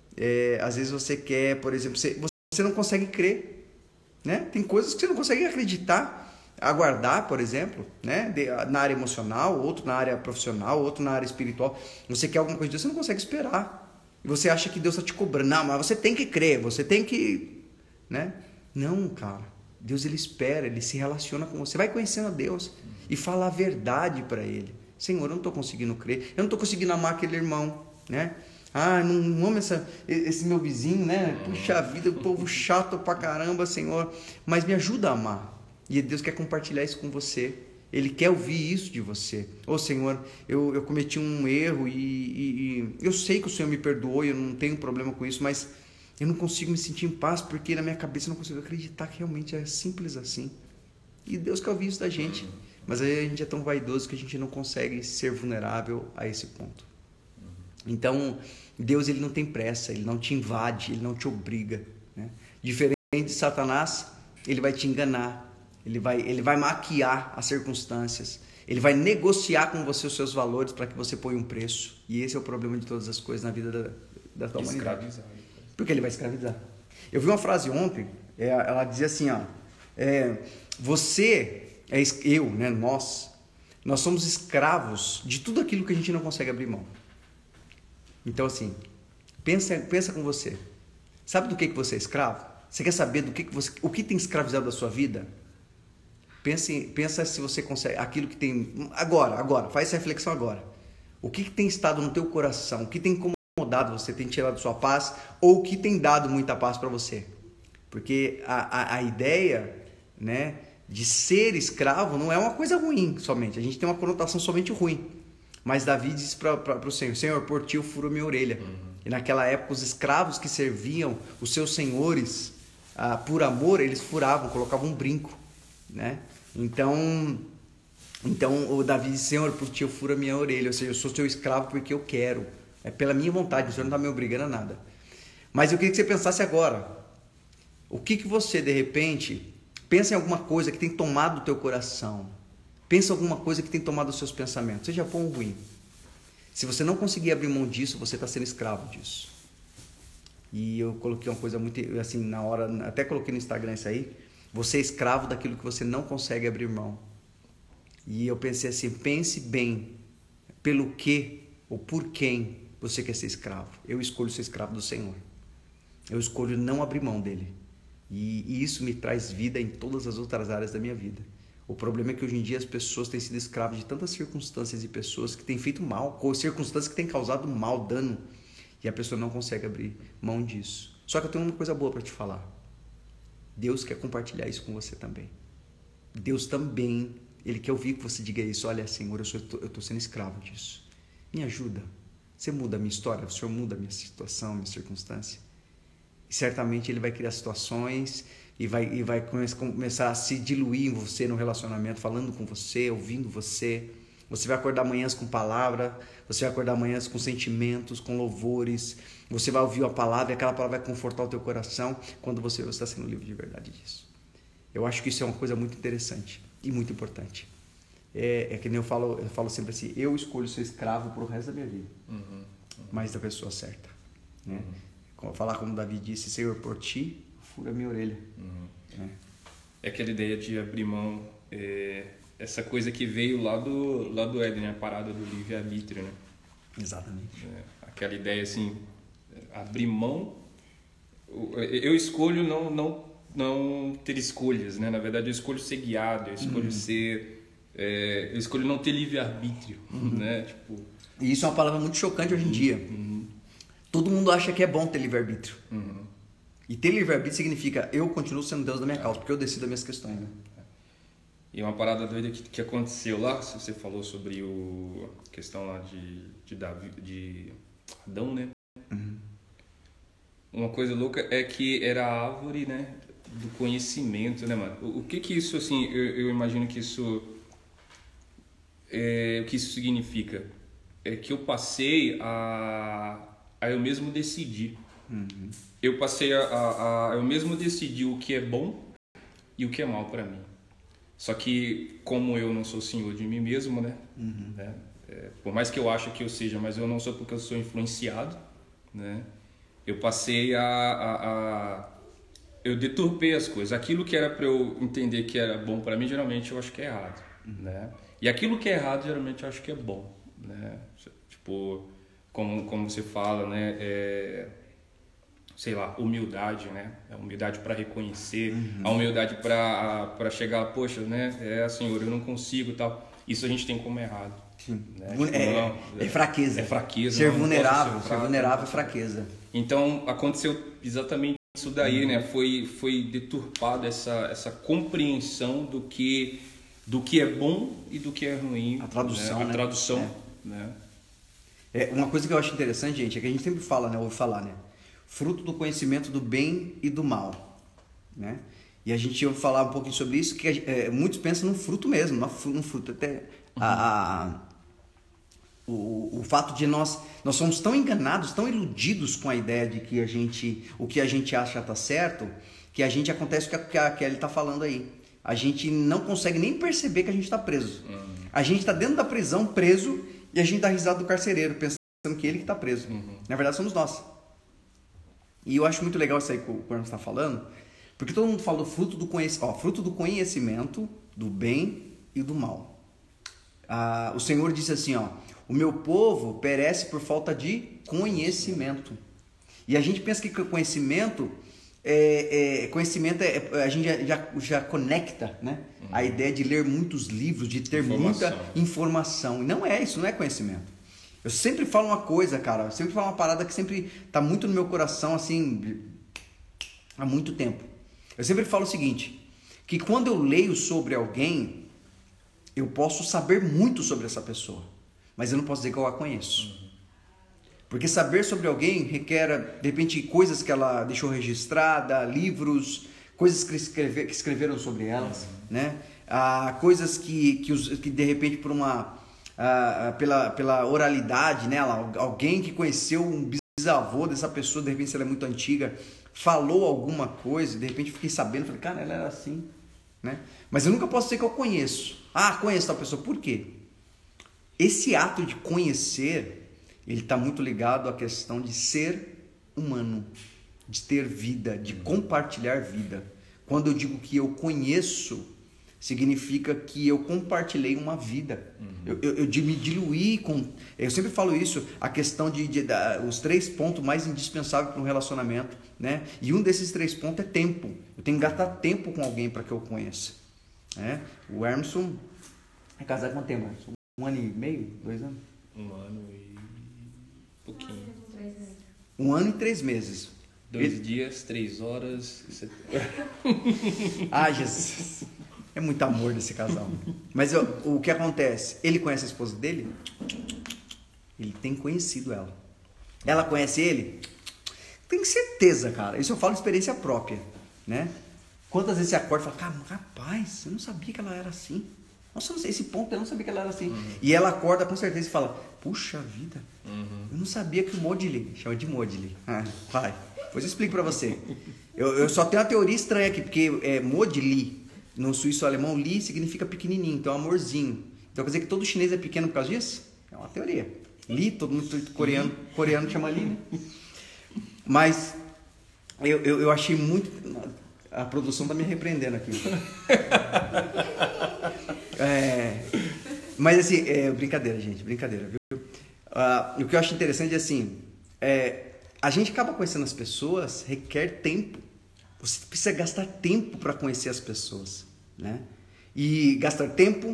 é, às vezes você quer, por exemplo, você, você não consegue crer, né? Tem coisas que você não consegue acreditar, aguardar, por exemplo, né? De, na área emocional, outro na área profissional, outro na área espiritual. Você quer alguma coisa de Deus, você não consegue esperar. E você acha que Deus está te cobrando. Não, mas você tem que crer, você tem que... né? Não, cara. Deus, ele espera, ele se relaciona com você. Vai conhecendo a Deus e fala a verdade para ele. Senhor, eu não estou conseguindo crer, eu não estou conseguindo amar aquele irmão, né? Ah, não, não amo essa, esse meu vizinho, né? Puxa vida, o povo chato pra caramba, Senhor. Mas me ajuda a amar. E Deus quer compartilhar isso com você. Ele quer ouvir isso de você. Ô oh, Senhor, eu, eu cometi um erro e, e, e eu sei que o Senhor me perdoou e eu não tenho problema com isso, mas eu não consigo me sentir em paz porque na minha cabeça eu não consigo acreditar que realmente é simples assim. E Deus quer ouvir isso da gente. Mas aí a gente é tão vaidoso que a gente não consegue ser vulnerável a esse ponto. Então, Deus, ele não tem pressa, ele não te invade, ele não te obriga, né? Diferente de Satanás, ele vai te enganar. Ele vai, ele vai maquiar as circunstâncias. Ele vai negociar com você os seus valores para que você ponha um preço. E esse é o problema de todas as coisas na vida da, da tua humanidade. Porque ele vai escravizar. Eu vi uma frase ontem, é, ela dizia assim, ó, é, você, é, eu, né, nós, nós somos escravos de tudo aquilo que a gente não consegue abrir mão. Então assim, pensa, pensa com você. Sabe do que, que você é escravo? Você quer saber do que, que você, o que tem escravizado a sua vida? Pensa, pensa se você consegue, aquilo que tem, agora, agora, faz essa reflexão agora. O que, que tem estado no teu coração? O que tem incomodado você, tem tirado sua paz? Ou o que tem dado muita paz para você? Porque a, a, a ideia, né, de ser escravo não é uma coisa ruim somente. A gente tem uma conotação somente ruim. Mas Davi disse para o Senhor, Senhor, por ti eu furo minha orelha. Uhum. E naquela época os escravos que serviam os seus senhores, ah, por amor, eles furavam, colocavam um brinco, né? Então, então o Davi disse, Senhor, por ti eu furo a minha orelha, ou seja, eu sou teu escravo porque eu quero, é pela minha vontade, o Senhor não está me obrigando a nada. Mas eu queria que você pensasse agora, o que que você, de repente, pensa em alguma coisa que tem tomado o teu coração, pensa em alguma coisa que tem tomado os seus pensamentos, seja bom ou ruim. Se você não conseguir abrir mão disso, você está sendo escravo disso. E eu coloquei uma coisa muito, assim, na hora, até coloquei no Instagram isso aí, você é escravo daquilo que você não consegue abrir mão. E eu pensei assim, pense bem pelo que ou por quem você quer ser escravo. Eu escolho ser escravo do Senhor. Eu escolho não abrir mão dele. E, e isso me traz vida em todas as outras áreas da minha vida. O problema é que hoje em dia as pessoas têm sido escravas de tantas circunstâncias e pessoas que têm feito mal, ou circunstâncias que têm causado mal, dano, e a pessoa não consegue abrir mão disso. Só que eu tenho uma coisa boa para te falar. Deus quer compartilhar isso com você também. Deus também Ele quer ouvir que você diga isso. Olha, Senhor, eu estou sendo escravo disso. Me ajuda. Você muda a minha história, o Senhor muda a minha situação, a minha circunstância. E certamente Ele vai criar situações e vai, e vai começar a se diluir em você no relacionamento, falando com você, ouvindo você. Você vai acordar manhãs com palavra, você vai acordar manhãs com sentimentos, com louvores. Você vai ouvir a palavra e aquela palavra vai confortar o teu coração quando você está sendo livre de verdade disso. Eu acho que isso é uma coisa muito interessante e muito importante. É, é que nem eu falo, eu falo sempre assim, eu escolho ser escravo pro resto da minha vida. Uhum, uhum. Mas da pessoa certa. Né? Uhum. Falar como Davi disse, Senhor, por ti, fura minha orelha. Uhum. É. é aquela ideia de abrir mão, é, essa coisa que veio lá do, lá do Éden, a parada do livre-arbítrio, né? Exatamente. É, aquela ideia assim, abrir mão, eu escolho não, não, não ter escolhas, né? Na verdade, eu escolho ser guiado, eu escolho uhum. ser, é, eu escolho não ter livre-arbítrio, uhum. né? Tipo... E isso é uma palavra muito chocante hoje em dia. Uhum. Todo mundo acha que é bom ter livre-arbítrio. Uhum. E ter livre-arbítrio significa eu continuo sendo Deus da minha causa, porque eu decido as minhas questões, né? E uma parada doida que, que aconteceu lá, se você falou sobre o, a questão lá de, de, Davi, de Adão, né? Uhum. Uma coisa louca é que era a árvore, né, do conhecimento, né, mano? O, o que que isso, assim, eu, eu imagino que isso, é, o que isso significa? É que eu passei a, a eu mesmo decidir. Uhum. Eu passei a, a, a eu mesmo decidir o que é bom e o que é mal para mim. Só que como eu não sou senhor de mim mesmo, né? Uhum. né? É, por mais que eu ache que eu seja, mas eu não sou porque eu sou influenciado, né? Eu passei a, a, a eu deturpei as coisas. Aquilo que era para eu entender que era bom para mim, geralmente eu acho que é errado, uhum. né? E aquilo que é errado, geralmente eu acho que é bom, né? Tipo, como como você fala, né? É, sei lá, humildade, né? A humildade para reconhecer, uhum. a humildade para para chegar, poxa, né? É, Senhor, eu não consigo, tal. Isso a gente tem como errado. Sim. Né? Tipo, é, não, é fraqueza. É fraqueza. Ser não, vulnerável, não ser fraco, vulnerável é fraqueza. Então aconteceu exatamente isso daí, uhum. né? Foi foi deturpada essa essa compreensão do que do que é bom e do que é ruim. A tradução, né? né? A tradução, é. né? É, uma coisa que eu acho interessante, gente, é que a gente sempre fala, né? Ouve falar, né? Fruto do conhecimento do bem e do mal, né? E a gente ouve falar um pouquinho sobre isso, que é, muitos pensam no fruto mesmo, no fruto até uhum. a, a, o, o fato de nós nós somos tão enganados, tão iludidos com a ideia de que a gente o que a gente acha tá certo, que a gente acontece o que a, que a Kelly tá falando aí. A gente não consegue nem perceber que a gente está preso. Uhum. A gente está dentro da prisão preso e a gente dá risada do carcereiro pensando que ele que está preso. Uhum. Na verdade somos nós. E eu acho muito legal isso aí que o Hermes está falando, porque todo mundo fala do fruto do conhecimento, ó, fruto do conhecimento do bem e do mal. Ah, o Senhor disse assim, ó, o meu povo perece por falta de conhecimento. E a gente pensa que conhecimento é, é conhecimento é, a gente já, já, já conecta, né? Uhum. A ideia de ler muitos livros, de ter informação. muita informação. E não é isso, não é conhecimento. Eu sempre falo uma coisa, cara, eu sempre falo uma parada que sempre tá muito no meu coração, assim, há muito tempo. Eu sempre falo o seguinte, que quando eu leio sobre alguém, eu posso saber muito sobre essa pessoa, mas eu não posso dizer que eu a conheço. Porque saber sobre alguém requer, de repente, coisas que ela deixou registrada, livros, coisas que, escreve, que escreveram sobre elas, né? Ah, coisas que, que, os, que, de repente, por uma... Uh, pela, pela oralidade, né? Alguém que conheceu um bisavô dessa pessoa, de repente se ela é muito antiga, falou alguma coisa, de repente fiquei sabendo, falei, cara, ela era assim, né? Mas eu nunca posso dizer que eu conheço. Ah, conheço tal pessoa. Por quê? Esse ato de conhecer, ele está muito ligado à questão de ser humano, de ter vida, de compartilhar vida. Quando eu digo que eu conheço, significa que eu compartilhei uma vida. Uhum. Eu, eu, eu de me diluí com... Eu sempre falo isso, a questão de, de, de os três pontos mais indispensáveis para um relacionamento, né? E um desses três pontos é tempo. Eu tenho que gastar tempo com alguém para que eu conheça. Né? O Emerson é casado há quanto tempo? Um ano e meio? Dois anos? Um ano e pouquinho. Um ano e três meses. Dois Ele... dias, três horas... Ah, Jesus... É muito amor desse casal. Mas ó, o que acontece? Ele conhece a esposa dele? Ele tem conhecido ela. Ela conhece ele? Tenho certeza, cara. Isso eu falo de experiência própria, né? Quantas vezes você acorda e fala, cara, rapaz, eu não sabia que ela era assim. Nossa, não sei, esse ponto eu não sabia que ela era assim. Uhum. E ela acorda com certeza e fala, puxa vida, uhum. eu não sabia que o Modley, chama de Modley. Ah, vai, depois eu explico pra você. Eu, eu só tenho uma teoria estranha aqui, porque é, Modley, no suíço-alemão, Li significa pequenininho, então amorzinho. Então quer dizer que todo chinês é pequeno por causa disso? É uma teoria. Li, todo mundo coreano, coreano chama Li, né? Mas eu, eu, eu achei muito... A produção tá me repreendendo aqui. É, mas assim, é, brincadeira, gente, brincadeira, viu? Uh, o que eu acho interessante é assim, é, a gente acaba conhecendo as pessoas, requer tempo. Você precisa gastar tempo para conhecer as pessoas, né? E gastar tempo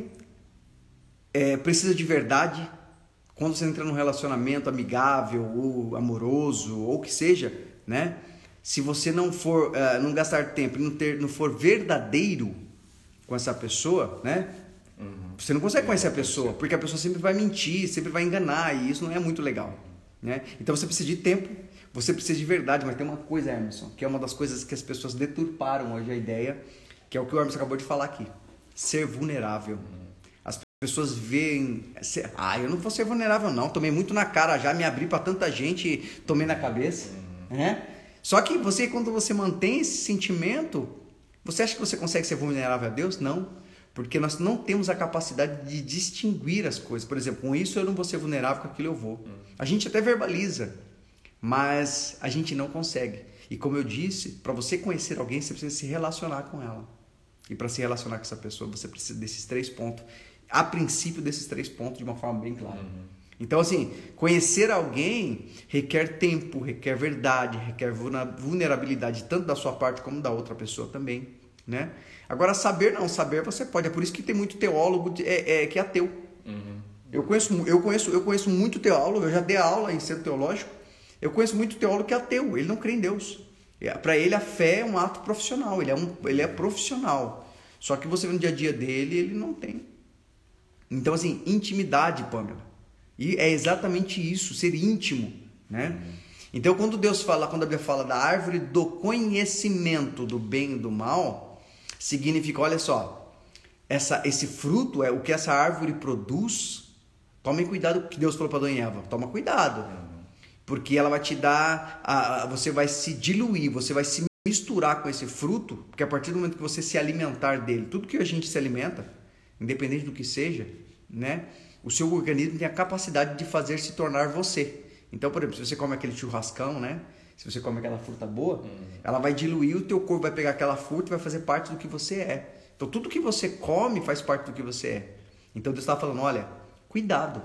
é, precisa de verdade. Quando você entra num relacionamento amigável ou amoroso ou o que seja, né? Se você não for, uh, não gastar tempo, não ter, não for verdadeiro com essa pessoa, né? Uhum. Você não consegue conhecer a pessoa, porque a pessoa sempre vai mentir, sempre vai enganar, e isso não é muito legal, né? Então você precisa de tempo, você precisa de verdade, mas tem uma coisa, Emerson, que é uma das coisas que as pessoas deturparam hoje a ideia, que é o que o Emerson acabou de falar aqui, ser vulnerável. Uhum. As pessoas veem, ah, eu não vou ser vulnerável não, tomei muito na cara já, me abri para tanta gente, tomei na cabeça, uhum. né? Só que você, quando você mantém esse sentimento, você acha que você consegue ser vulnerável a Deus? Não, porque nós não temos a capacidade de distinguir as coisas. Por exemplo, com isso eu não vou ser vulnerável, com aquilo eu vou. A gente até verbaliza, mas a gente não consegue. E como eu disse, para você conhecer alguém, você precisa se relacionar com ela. E para se relacionar com essa pessoa, você precisa desses três pontos. A princípio, desses três pontos, de uma forma bem clara. Uhum. Então, assim, conhecer alguém requer tempo, requer verdade, requer vulnerabilidade, tanto da sua parte como da outra pessoa também, né? Agora, saber não, saber você pode. É por isso que tem muito teólogo de, é, é, que é ateu. Uhum. Eu, conheço, eu, conheço, eu conheço muito teólogo, eu já dei aula em centro teológico, eu conheço muito teólogo que é ateu, ele não crê em Deus. Para ele, a fé é um ato profissional, ele é, um, ele é profissional. Só que você vê no dia a dia dele, ele não tem. Então, assim, intimidade, Pamela. E é exatamente isso, ser íntimo, né? Uhum. Então, quando Deus fala, quando a Bíblia fala da árvore do conhecimento do bem e do mal, significa, olha só, essa, esse fruto, é o que essa árvore produz, tomem cuidado, que Deus falou para Adão e Eva, toma cuidado, uhum. porque ela vai te dar, a, a, você vai se diluir, você vai se misturar com esse fruto, porque a partir do momento que você se alimentar dele, tudo que a gente se alimenta, independente do que seja, né? O seu organismo tem a capacidade de fazer se tornar você. Então, por exemplo, se você come aquele churrascão, né? Se você come aquela fruta boa, uhum. ela vai diluir, o teu corpo vai pegar aquela fruta e vai fazer parte do que você é. Então, tudo que você come faz parte do que você é. Então, Deus está falando, olha, cuidado,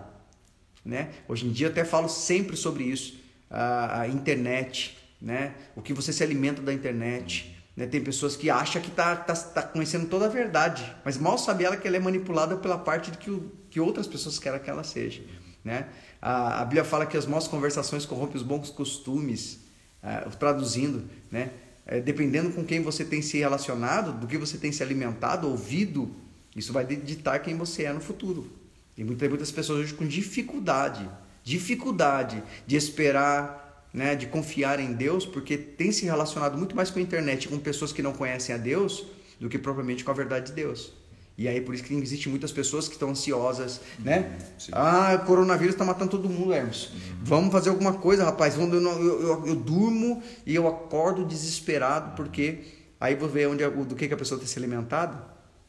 né? Hoje em dia, eu até falo sempre sobre isso. A, a internet, né? O que você se alimenta da internet. Né? Tem pessoas que acham que está tá, tá conhecendo toda a verdade, mas mal sabe ela que ela é manipulada pela parte de que, o, que outras pessoas querem que ela seja. Né? A, a Bíblia fala que as más conversações corrompem os bons costumes, uh, traduzindo, né? uh, dependendo com quem você tem se relacionado, do que você tem se alimentado, ouvido, isso vai ditar quem você é no futuro. E muitas, muitas pessoas hoje com dificuldade, dificuldade de esperar, né, de confiar em Deus, porque tem se relacionado muito mais com a internet, com pessoas que não conhecem a Deus, do que propriamente com a verdade de Deus. E aí por isso que existe muitas pessoas que estão ansiosas, uhum, né? Sim. Ah, o coronavírus está matando todo mundo, Hermes. Uhum. Vamos fazer alguma coisa, rapaz. Eu, eu, eu, eu durmo e eu acordo desesperado, porque aí vou ver onde, do que, que a pessoa tem se alimentado.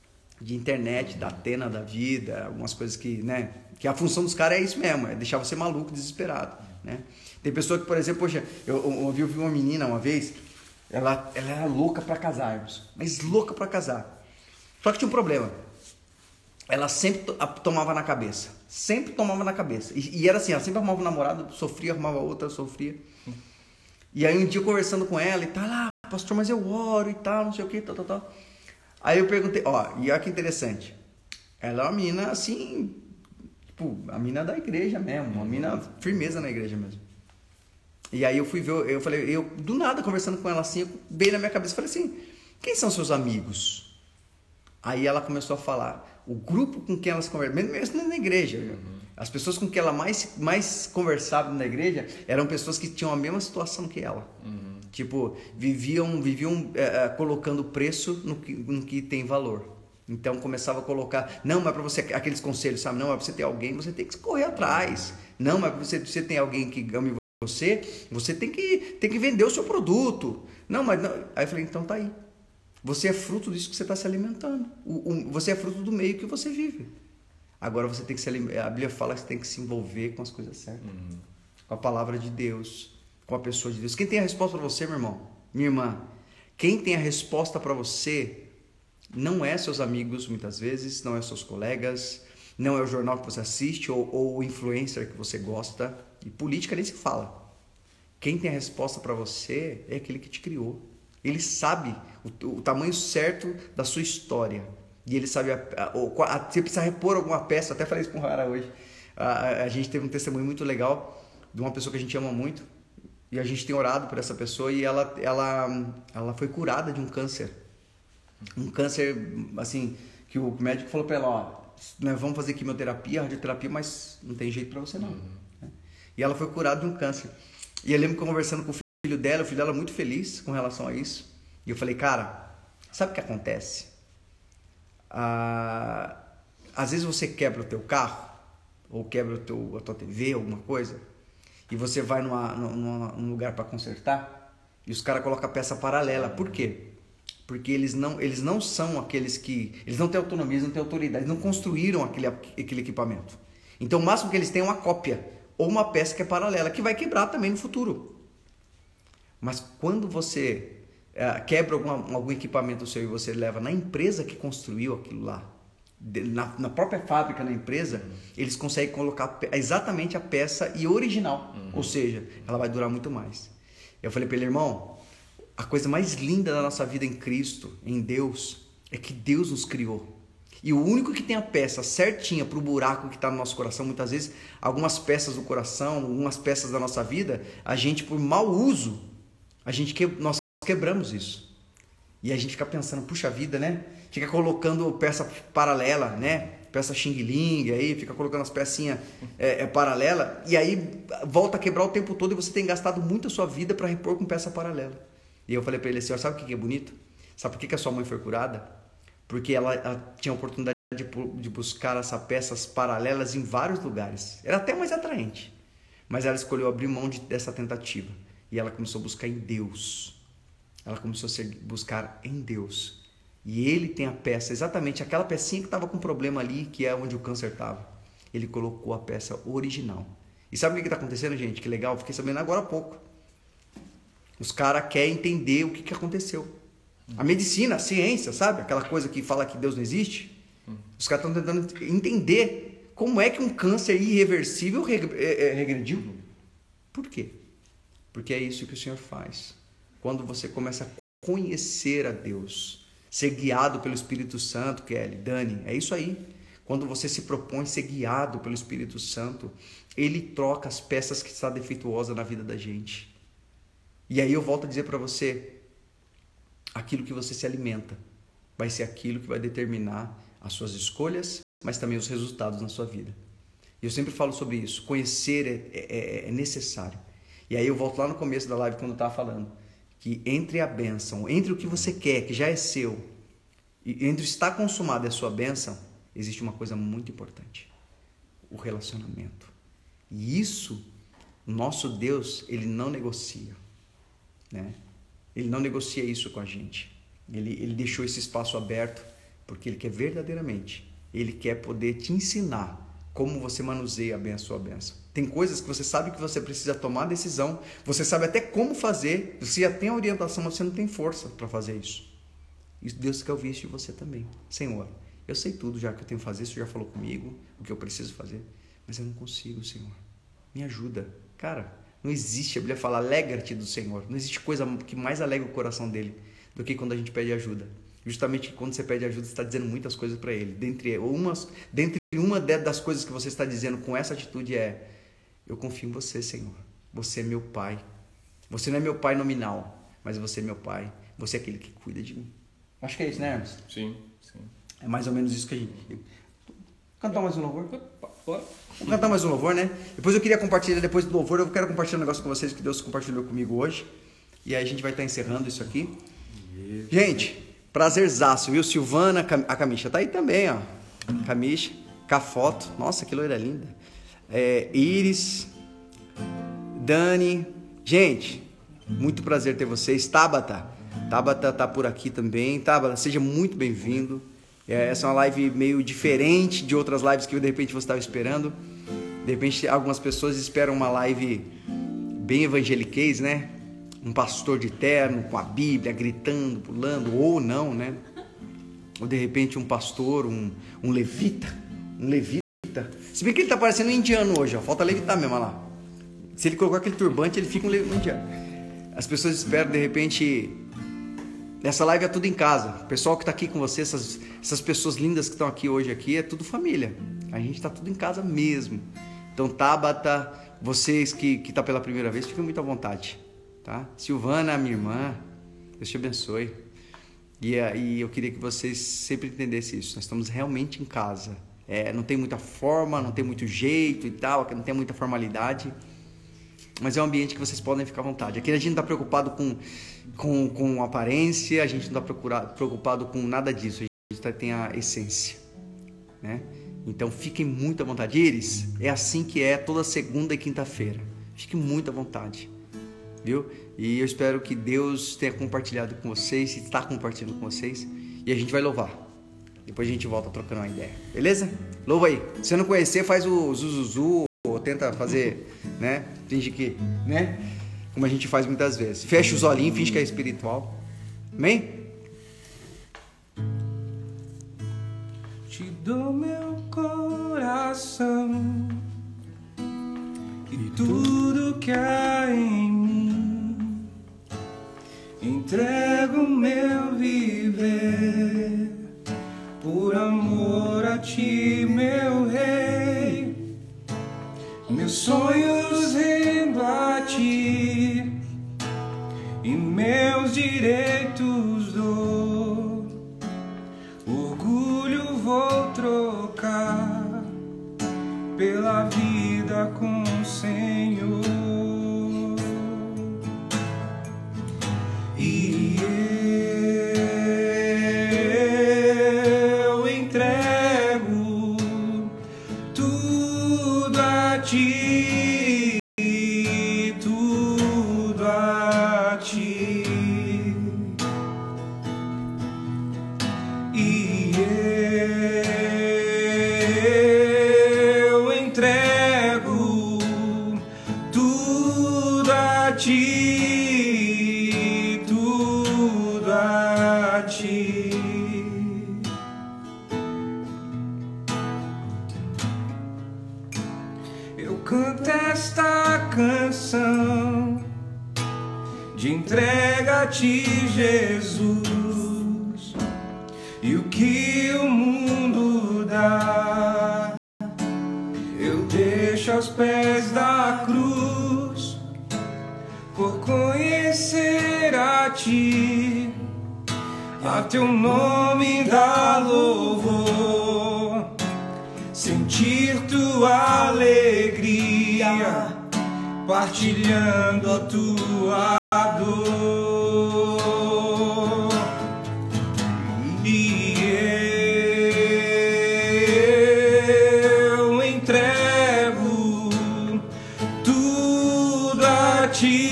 De internet, da Atena da vida, algumas coisas que, né? Que a função dos caras é isso mesmo, é deixar você maluco, desesperado, né? Tem pessoa que, por exemplo, poxa, eu, eu, eu vi uma menina uma vez, ela, ela era louca para casar, Hermes, mas louca para casar. Só que tinha um problema. Ela sempre to- tomava na cabeça. Sempre tomava na cabeça. E, e era assim, ela sempre arrumava um namorado, sofria, arrumava outra, sofria. E aí um dia eu conversando com ela e tal, ah, pastor, mas eu oro e tal, não sei o que, tal, tal, tal. Aí eu perguntei, ó, e olha que interessante. Ela é uma mina assim, tipo, a mina da igreja mesmo, uma mina firmeza na igreja mesmo. E aí eu fui ver, eu falei, eu do nada conversando com ela assim, veio na minha cabeça, falei assim, quem são seus amigos? Aí ela começou a falar, o grupo com quem ela se conversava, mesmo na igreja, uhum. as pessoas com quem ela mais, mais conversava na igreja eram pessoas que tinham a mesma situação que ela. Uhum. Tipo, viviam, viviam é, colocando preço no que, no que tem valor. Então começava a colocar, não, mas para você, aqueles conselhos, sabe? Não, mas para você ter alguém, você tem que correr atrás. Não, mas para você, você ter alguém que ame você, você tem que, tem que vender o seu produto. Não, mas não. Aí eu falei, então tá aí. Você é fruto disso que você está se alimentando. O, o, você é fruto do meio que você vive. Agora você tem que se alimentar. A Bíblia fala que você tem que se envolver com as coisas certas. Uhum. Com a palavra de Deus, com a pessoa de Deus. Quem tem a resposta para você, meu irmão? Minha irmã? Quem tem a resposta para você não é seus amigos, muitas vezes, não é seus colegas, não é o jornal que você assiste ou, ou o influencer que você gosta. E política nem se fala. Quem tem a resposta para você é aquele que te criou. Ele sabe o, o tamanho certo da sua história. E ele sabe, a, a, a, você precisa repor alguma peça. Até falei isso com o Rara hoje. A, a gente teve um testemunho muito legal de uma pessoa que a gente ama muito. E a gente tem orado por essa pessoa e ela, ela, ela foi curada de um câncer. Um câncer, assim, que o médico falou para ela, ó, nós vamos fazer quimioterapia, radioterapia, mas não tem jeito para você não. Uhum. E ela foi curada de um câncer. E eu lembro que eu conversando com o filho dela, o filho dela muito feliz com relação a isso. E eu falei, cara, sabe o que acontece? Ah, às vezes você quebra o teu carro, ou quebra o teu, a tua T V, alguma coisa, e você vai numa, numa, num lugar para consertar, e os caras colocam a peça paralela. Por quê? Porque eles não, eles não são aqueles que... Eles não têm autonomia, eles não têm autoridade, eles não construíram aquele, aquele equipamento. Então o máximo que eles têm é uma cópia, ou uma peça que é paralela, que vai quebrar também no futuro. Mas quando você é, quebra algum, algum equipamento seu e você leva na empresa que construiu aquilo lá, na, na própria fábrica, na empresa, uhum. eles conseguem colocar exatamente a peça e original. Uhum. Ou seja, ela vai durar muito mais. Eu falei para ele, irmão, a coisa mais linda da nossa vida em Cristo, em Deus, é que Deus nos criou. E o único que tem a peça certinha para o buraco que está no nosso coração, muitas vezes, algumas peças do coração, algumas peças da nossa vida, a gente, por mau uso, a gente que, nós quebramos isso. E a gente fica pensando, puxa vida, né? Fica colocando peça paralela, né? Peça xing-ling, aí fica colocando as pecinhas é, é, paralela, e aí volta a quebrar o tempo todo e você tem gastado muito a sua vida para repor com peça paralela. E eu falei para ele assim, ó, sabe o que é bonito? Sabe por que a sua mãe foi curada? Porque ela, ela tinha a oportunidade de, de buscar essas peças paralelas em vários lugares. Era até mais atraente. Mas ela escolheu abrir mão de, dessa tentativa. E ela começou a buscar em Deus. Ela começou a ser, buscar em Deus. E ele tem a peça, exatamente aquela pecinha que estava com problema ali, que é onde o câncer estava. Ele colocou a peça original. E sabe o que está acontecendo, gente? Que legal, fiquei sabendo agora há pouco. Os caras querem entender o que, que aconteceu. A medicina, a ciência, sabe? Aquela coisa que fala que Deus não existe. Os caras estão tentando entender como é que um câncer irreversível regrediu. Por quê? Porque é isso que o Senhor faz. Quando você começa a conhecer a Deus, ser guiado pelo Espírito Santo, Kelly, Dani, é isso aí. Quando você se propõe ser guiado pelo Espírito Santo, Ele troca as peças que está defeituosa na vida da gente. E aí eu volto a dizer para você, aquilo que você se alimenta vai ser aquilo que vai determinar as suas escolhas, mas também os resultados na sua vida. E eu sempre falo sobre isso. Conhecer é, é, é necessário. E aí eu volto lá no começo da live quando eu estava falando que entre a bênção, entre o que você quer, que já é seu, e entre estar consumado e a sua bênção, existe uma coisa muito importante: o relacionamento. E isso, o nosso Deus, Ele não negocia, né? Ele não negocia isso com a gente. Ele, ele deixou esse espaço aberto porque Ele quer verdadeiramente, Ele quer poder te ensinar como você manuseia bem a sua bênção. Tem coisas que você sabe que você precisa tomar decisão, você sabe até como fazer, você já tem a orientação, mas você não tem força para fazer isso. E Deus quer ouvir isso de você também. Senhor, eu sei tudo já que eu tenho que fazer, o Senhor já falou comigo o que eu preciso fazer, mas eu não consigo, Senhor. Me ajuda. Cara, não existe, a Bíblia fala, alegra-te do Senhor. Não existe coisa que mais alegra o coração dele do que quando a gente pede ajuda. Justamente quando você pede ajuda, você está dizendo muitas coisas para ele. Dentre umas, dentre uma das coisas que você está dizendo com essa atitude é: eu confio em você, Senhor. Você é meu pai. Você não é meu pai nominal, mas você é meu pai. Você é aquele que cuida de mim. Acho que é isso, né, Hermes? Sim, sim. É mais ou menos isso que a gente... Cantar mais um louvor? Bora. Vamos cantar mais um louvor, né? Depois eu queria compartilhar, depois do louvor, eu quero compartilhar um negócio com vocês que Deus compartilhou comigo hoje. E aí a gente vai estar encerrando isso aqui. Gente, prazerzaço, viu? Silvana, a Camisha tá aí também, ó. Camisha, com a foto. Nossa, que loira linda. É, Iris, Dani. Gente, muito prazer ter vocês. Tabata, Tabata tá por aqui também. Tabata, seja muito bem-vindo. Essa é uma live meio diferente de outras lives que de repente você estava esperando. De repente algumas pessoas esperam uma live bem evangeliquez, né? Um pastor de terno com a Bíblia, gritando, pulando, ou não, né? Ou de repente um pastor, um, um levita, um levita. Se bem que ele tá parecendo um indiano hoje, ó. Falta levitar mesmo, olha lá. Se ele colocar aquele turbante, ele fica um, um indiano. As pessoas esperam, de repente... Nessa live é tudo em casa. O pessoal que está aqui com você, essas, essas pessoas lindas que estão aqui hoje aqui, é tudo família. A gente está tudo em casa mesmo. Então, Tabata, vocês que que tá pela primeira vez, fiquem muito à vontade, tá? Silvana, minha irmã, Deus te abençoe. E, e eu queria que vocês sempre entendessem isso. Nós estamos realmente em casa. É, não tem muita forma, não tem muito jeito e tal, não tem muita formalidade. Mas é um ambiente que vocês podem ficar à vontade. Aqui a gente não está preocupado com, com, com aparência, a gente não está preocupado com nada disso. A gente tem a essência, né? Então fiquem muito à vontade. Iris, é assim que é toda segunda e quinta-feira. Fiquem muito à vontade, viu? E eu espero que Deus tenha compartilhado com vocês, está compartilhando com vocês. E a gente vai louvar. Depois a gente volta trocando uma ideia, beleza? Louva aí. Se você não conhecer, faz o zuzuzu. Ou tenta fazer, né? Finge que, né? Como a gente faz muitas vezes. Fecha os olhinhos, finge que é espiritual. Amém? Te dou meu coração e tudo que há em mim. Entrego meu viver por amor a ti, meu rei. Meus sonhos rendo a ti e meus direitos dou. Orgulho vou trocar pela vida com o Senhor. E eu entrego tudo a ti, tudo a ti. E eu entrego tudo a ti, tudo a ti. Eu canto esta canção de entrega a ti, Jesus, e o que o mundo dá eu deixo aos pés da cruz, por conhecer a ti, a teu nome dá louvor, sentir tua alegria, partilhando a tua dor. E eu entrego tudo a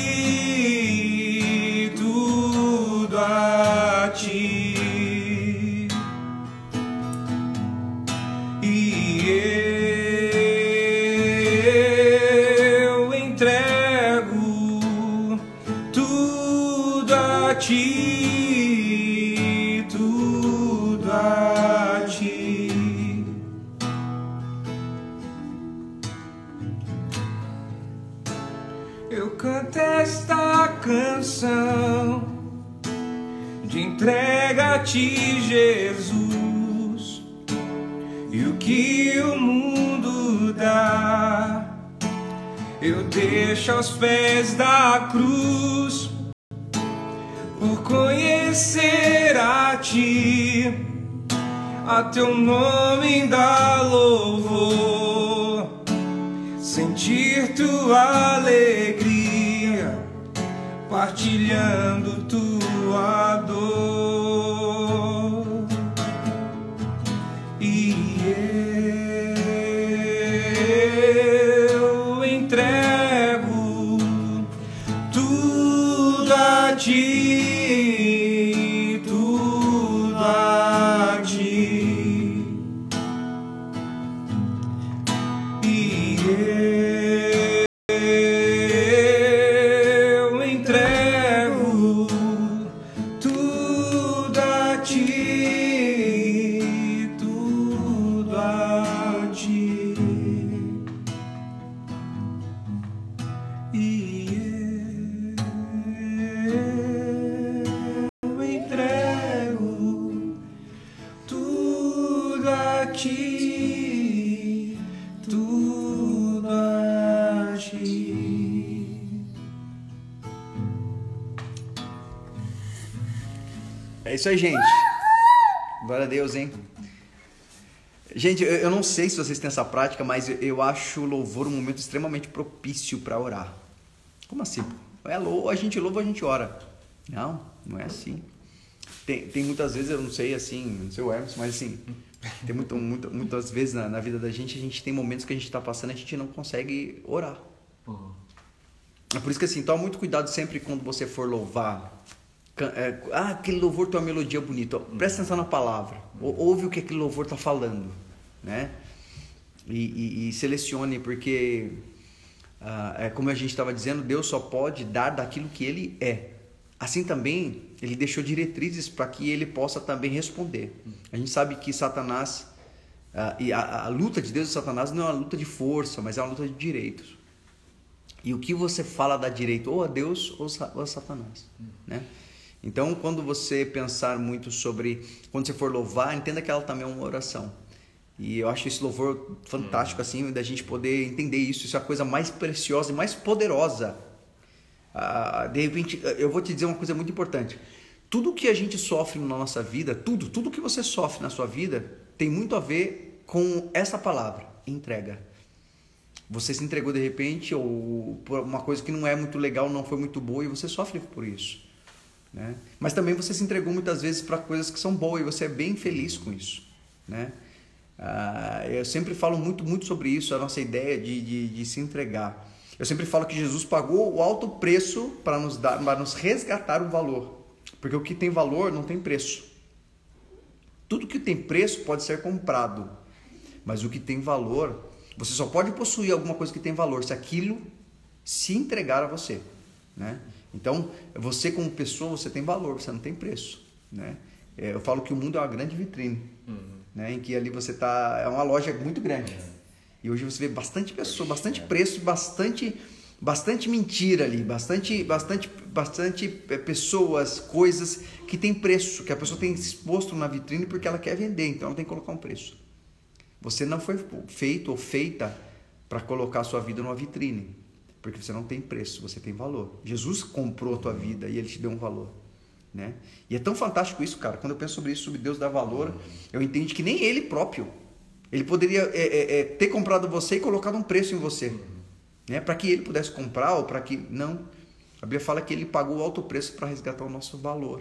ti, tudo a ti. E eu entrego tudo a ti, tudo a ti. Eu canto esta canção de entrega a ti, Jesus, e o que o mundo dá eu deixo aos pés da cruz, por conhecer a ti, a teu nome dá louvor, sentir tua alegria, partilhando tua dor. E eu entrego tudo a ti, tudo a ti. E eu entrego tudo a ti, tudo a ti. E eu entrego tudo a ti, tudo a ti. É isso aí, gente. Glória a Deus, hein? Gente, eu, eu não sei se vocês têm essa prática, mas eu, eu acho o louvor um momento extremamente propício para orar. Como assim? É, lou- a gente louva, a gente ora. Não, não é assim. Tem, tem muitas vezes, eu não sei assim, não sei o Hermes, mas assim, tem muito, muito, muitas vezes na, na vida da gente, a gente tem momentos que a gente está passando e a gente não consegue orar. É por isso que assim, toma muito cuidado sempre quando você for louvar. Can- é, ah, aquele louvor tem uma melodia bonita. Ó, presta atenção na palavra. Ou- ouve o que aquele louvor está falando, né? E, e- e selecione, porque ah, é como a gente estava dizendo, Deus só pode dar daquilo que Ele é. Assim também, Ele deixou diretrizes para que Ele possa também responder. A gente sabe que Satanás, ah, e a, a luta de Deus e Satanás não é uma luta de força, mas é uma luta de direitos. E o que você fala dá direito ou a Deus ou sa- ou a Satanás, né? Então, quando você pensar muito sobre, quando você for louvar, entenda que ela também é uma oração. E eu acho esse louvor fantástico, assim, da gente poder entender isso. Isso é a coisa mais preciosa e mais poderosa. Ah, de repente, eu vou te dizer uma coisa muito importante. Tudo que a gente sofre na nossa vida, tudo, tudo que você sofre na sua vida, tem muito a ver com essa palavra, entrega. Você se entregou de repente, ou por uma coisa que não é muito legal, não foi muito boa, e você sofre por isso, né? Mas também você se entregou muitas vezes para coisas que são boas, e você é bem feliz com isso, né? Ah, eu sempre falo muito, muito sobre isso, a nossa ideia de, de, de se entregar. Eu sempre falo que Jesus pagou o alto preço para nos dar, para nos resgatar o valor, porque o que tem valor não tem preço. Tudo que tem preço pode ser comprado, mas o que tem valor, você só pode possuir alguma coisa que tem valor se aquilo se entregar a você, né? Então, você como pessoa, você tem valor, você não tem preço, né? É, eu falo que o mundo é uma grande vitrine, uhum, né? Em que ali você tá, é uma loja muito grande. Uhum. E hoje você vê bastante pessoa, bastante preço, bastante, bastante mentira ali, bastante, bastante, bastante pessoas, coisas que tem preço, que a pessoa tem exposto na vitrine porque ela quer vender, então ela tem que colocar um preço. Você não foi feito ou feita para colocar a sua vida numa vitrine, porque você não tem preço, você tem valor. Jesus comprou a tua vida e Ele te deu um valor, né? E é tão fantástico isso, cara. Quando eu penso sobre isso, sobre Deus dar valor, eu entendo que nem Ele próprio, Ele poderia é, é, é, ter comprado você e colocado um preço em você, né? Para que Ele pudesse comprar ou para que... Não. A Bíblia fala que Ele pagou o alto preço para resgatar o nosso valor.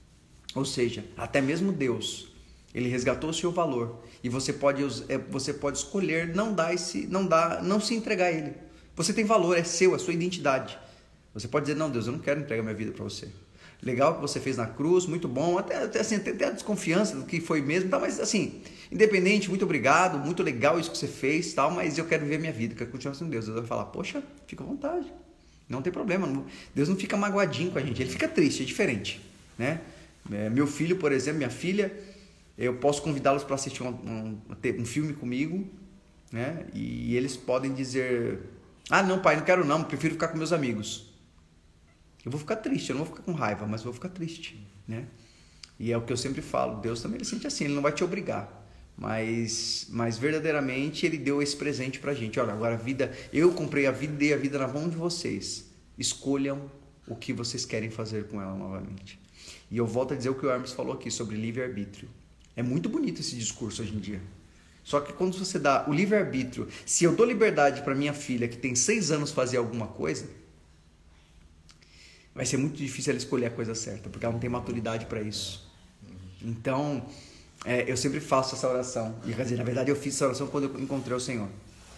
Ou seja, até mesmo Deus, Ele resgatou o seu valor. E você pode, você pode escolher não dar esse, não dar, não se entregar a Ele. Você tem valor, é seu, é sua identidade. Você pode dizer, não, Deus, eu não quero entregar minha vida para você. Legal o que você fez na cruz, muito bom. Até, até, assim, até a desconfiança do que foi mesmo, tá? Mas assim, independente, muito obrigado, muito legal isso que você fez, tal, mas eu quero viver minha vida, quero continuar sendo Deus. Deus vai falar, poxa, fica à vontade. Não tem problema. Não, Deus não fica magoadinho com a gente, Ele fica triste, é diferente, né? É, meu filho, por exemplo, minha filha, eu posso convidá-los para assistir um, um, um filme comigo, né? E eles podem dizer, ah, não, pai, não quero não, prefiro ficar com meus amigos. Eu vou ficar triste, eu não vou ficar com raiva, mas eu vou ficar triste, né? E é o que eu sempre falo, Deus também ele sente assim, Ele não vai te obrigar, mas, mas verdadeiramente Ele deu esse presente pra gente. Olha, agora a vida, eu comprei a vida e dei a vida na mão de vocês, escolham o que vocês querem fazer com ela novamente. E eu volto a dizer o que o Hermes falou aqui sobre livre-arbítrio. É muito bonito esse discurso hoje em dia. Só que quando você dá o livre-arbítrio, se eu dou liberdade para minha filha que tem seis anos fazer alguma coisa, vai ser muito difícil ela escolher a coisa certa, porque ela não tem maturidade para isso. Então, é, eu sempre faço essa oração. E, quer dizer, na verdade, eu fiz essa oração quando eu encontrei o Senhor.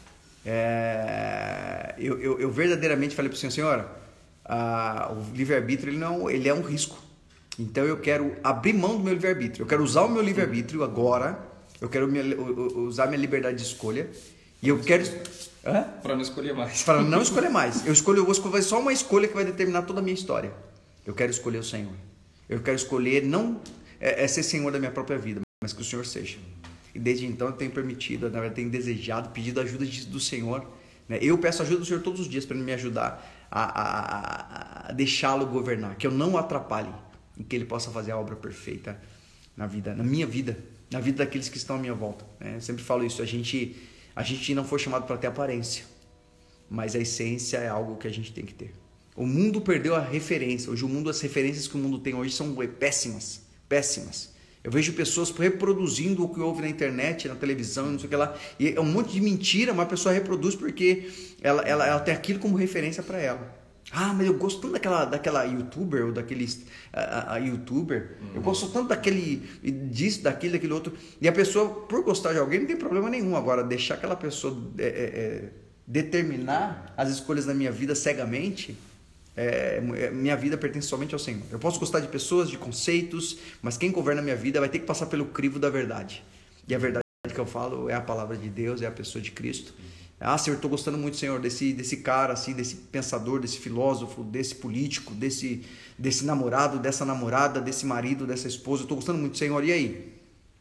É, eu, eu, eu verdadeiramente falei para o Senhor, Senhora, ah, o livre-arbítrio ele não, ele é um risco. Então, eu quero abrir mão do meu livre-arbítrio. Eu quero usar o meu livre-arbítrio agora. Eu quero me, usar minha liberdade de escolha. E eu quero... Para não escolher mais. Para não escolher mais. Eu escolho, eu vou escolher só uma escolha que vai determinar toda a minha história. Eu quero escolher o Senhor. Eu quero escolher não é, é ser Senhor da minha própria vida, mas que o Senhor seja. E desde então eu tenho permitido, na verdade, tenho desejado, pedido a ajuda do Senhor. Né? Eu peço ajuda do Senhor todos os dias para Ele me ajudar a, a, a deixá-lo governar, que eu não o atrapalhe, e que Ele possa fazer a obra perfeita na vida, na minha vida, na vida daqueles que estão à minha volta. Né? Eu sempre falo isso, a gente, a gente não foi chamado para ter aparência, mas a essência é algo que a gente tem que ter. O mundo perdeu a referência. Hoje o mundo, as referências que o mundo tem hoje são péssimas, péssimas. Eu vejo pessoas reproduzindo o que houve na internet, na televisão, não sei o que lá. E é um monte de mentira, mas a pessoa reproduz porque ela, ela, ela tem aquilo como referência para ela. Ah, mas eu gosto tanto daquela, daquela youtuber ou daquele a, a youtuber. Uhum. Eu gosto tanto daquele, disso, daquele, daquele outro. E a pessoa, por gostar de alguém, não tem problema nenhum. Agora, deixar aquela pessoa é, é, determinar as escolhas da minha vida cegamente... É, minha vida pertence somente ao Senhor. Eu posso gostar de pessoas, de conceitos, mas quem governa a minha vida vai ter que passar pelo crivo da verdade. E a verdade que eu falo é a palavra de Deus, é a pessoa de Cristo. Ah, Senhor, estou gostando muito, Senhor, desse, desse cara, assim, desse pensador, desse filósofo, desse político, desse, desse namorado, dessa namorada, desse marido, dessa esposa. Estou gostando muito, Senhor. E aí?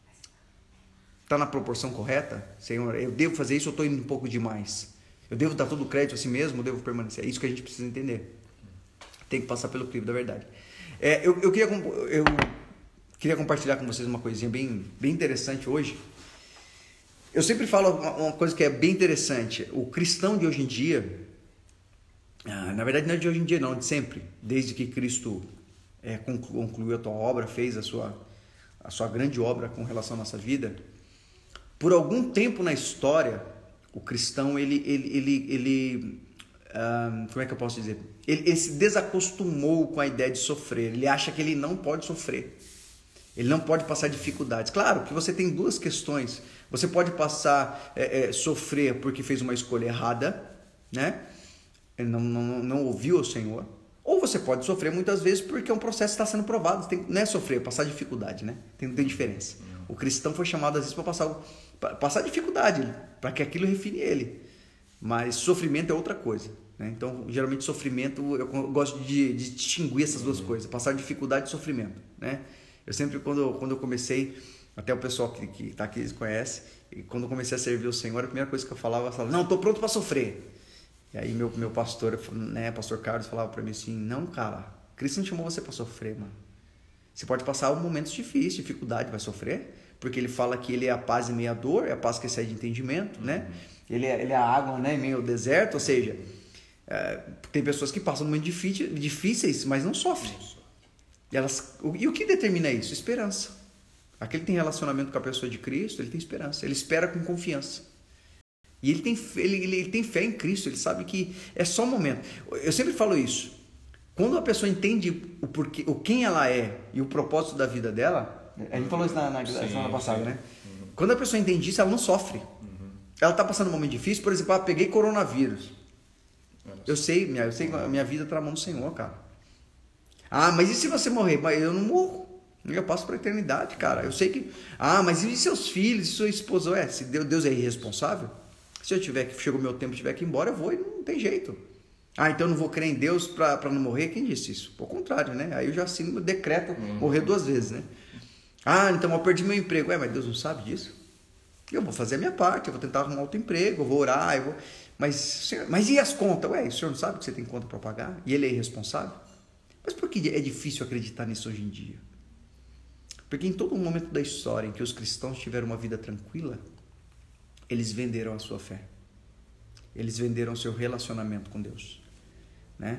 Está na proporção correta? Senhor, eu devo fazer isso ou estou indo um pouco demais? Eu devo dar todo o crédito a si mesmo ou devo permanecer? É isso que a gente precisa entender. Tem que passar pelo crivo da verdade. É, eu, eu, queria, eu queria compartilhar com vocês uma coisinha bem, bem interessante hoje. Eu sempre falo uma coisa que é bem interessante. O cristão de hoje em dia, ah, na verdade não é de hoje em dia não, de sempre. Desde que Cristo é, concluiu a tua obra, fez a sua, a sua grande obra com relação à nossa vida. Por algum tempo na história, o cristão, ele... ele, ele, ele Um, como é que eu posso dizer? Ele, ele se desacostumou com a ideia de sofrer. Ele acha que ele não pode sofrer. Ele não pode passar dificuldades. Claro que você tem duas questões. Você pode passar, é, é, sofrer porque fez uma escolha errada, né? Não, não, não ouviu o Senhor. Ou você pode sofrer muitas vezes porque um processo está sendo provado. Tem, não é sofrer, é passar dificuldade, né? Tem, tem diferença. O cristão foi chamado às vezes para passar, para passar dificuldade, para que aquilo refine ele. Mas sofrimento é outra coisa, né? Então, geralmente sofrimento, eu gosto de, de distinguir essas duas coisas, passar dificuldade e sofrimento, né? Eu sempre, quando, quando eu comecei, até o pessoal que está aqui, eles conhecem, e quando eu comecei a servir o Senhor, a primeira coisa que eu falava, eu falava, não, estou pronto para sofrer. E aí meu, meu pastor, né, pastor Carlos, falava para mim assim, não, cara, Cristo não chamou você para sofrer, mano. Você pode passar momentos difíceis, dificuldade, vai sofrer, porque ele fala que ele é a paz em meio à dor, é a paz que excede de entendimento, né? Ele é, ele é a água, né, em meio ao deserto, ou seja, é, tem pessoas que passam momentos difíceis, mas não sofrem. E, elas, e o que determina isso? Esperança. Aquele que tem relacionamento com a pessoa de Cristo, ele tem esperança, ele espera com confiança. E ele tem, ele, ele, ele tem fé em Cristo, ele sabe que é só um momento. Eu sempre falo isso. Quando a pessoa entende o, porquê, o quem ela é e o propósito da vida dela, a gente falou isso na, na sim, semana passada, sim. né? Uhum. Quando a pessoa entende isso, ela não sofre. Ela está passando um momento difícil, por exemplo, ah, peguei coronavírus. Eu sei, minha, eu sei que a minha vida está na mão do Senhor, cara. Ah, mas e se você morrer? Mas eu não morro. Eu passo para a eternidade, cara. Eu sei que... Ah, mas e seus filhos, e sua esposa? Ué, se Deus é irresponsável? Se eu tiver que... Chegou o meu tempo, tiver que ir embora, eu vou e não tem jeito. Ah, então eu não vou crer em Deus para não morrer? Quem disse isso? Ao contrário, né? Aí eu já assino o decreto morrer duas vezes, né? Ah, então eu perdi meu emprego. Ué, mas Deus não sabe disso? Eu vou fazer a minha parte, eu vou tentar arrumar outro emprego, eu vou orar, eu vou... Mas, senhor, mas e as contas? Ué, o senhor não sabe que você tem conta para pagar? E ele é irresponsável? Mas por que é difícil acreditar nisso hoje em dia? Porque em todo momento da história em que os cristãos tiveram uma vida tranquila, eles venderam a sua fé. Eles venderam o seu relacionamento com Deus, né?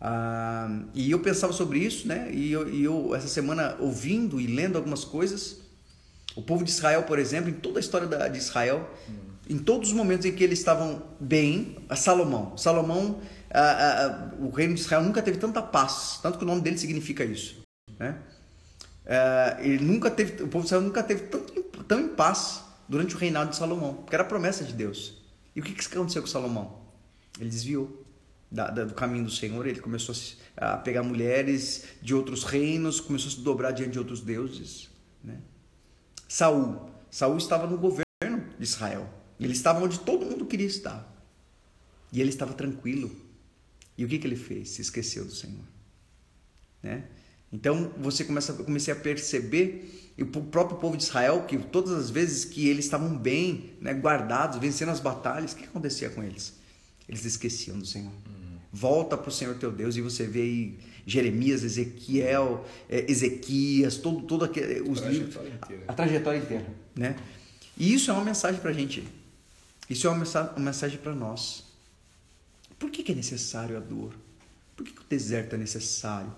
Ah, e eu pensava sobre isso, né? E eu, e eu essa semana ouvindo e lendo algumas coisas, O povo de Israel, por exemplo, em toda a história da, de Israel, em todos os momentos em que eles estavam bem, a Salomão, Salomão, a, a, o reino de Israel nunca teve tanta paz, tanto que o nome dele significa isso, né? Uh, ele nunca teve, o povo de Israel nunca teve tanto, tão em paz durante o reinado de Salomão, porque era a promessa de Deus. E o que, que aconteceu com Salomão? Ele desviou da, da, do caminho do Senhor, ele começou a, a pegar mulheres de outros reinos, começou a se dobrar diante de outros deuses, né? Saul, Saul estava no governo de Israel, ele estava onde todo mundo queria estar, e ele estava tranquilo. E o que, que ele fez? Se esqueceu do Senhor, né? Então você começa, eu comecei a perceber, e o próprio povo de Israel, que todas as vezes que eles estavam bem, né, guardados, vencendo as batalhas, o que acontecia com eles? Eles esqueciam do Senhor. Uhum. Volta para o Senhor teu Deus, e você vê aí Jeremias, Ezequiel, Ezequias, todo, todo aquele, os livros, a, a trajetória inteira, né? E isso é uma mensagem para a gente, isso é uma mensagem, uma mensagem para nós. Por que, que é necessário a dor? Por que, que o deserto é necessário?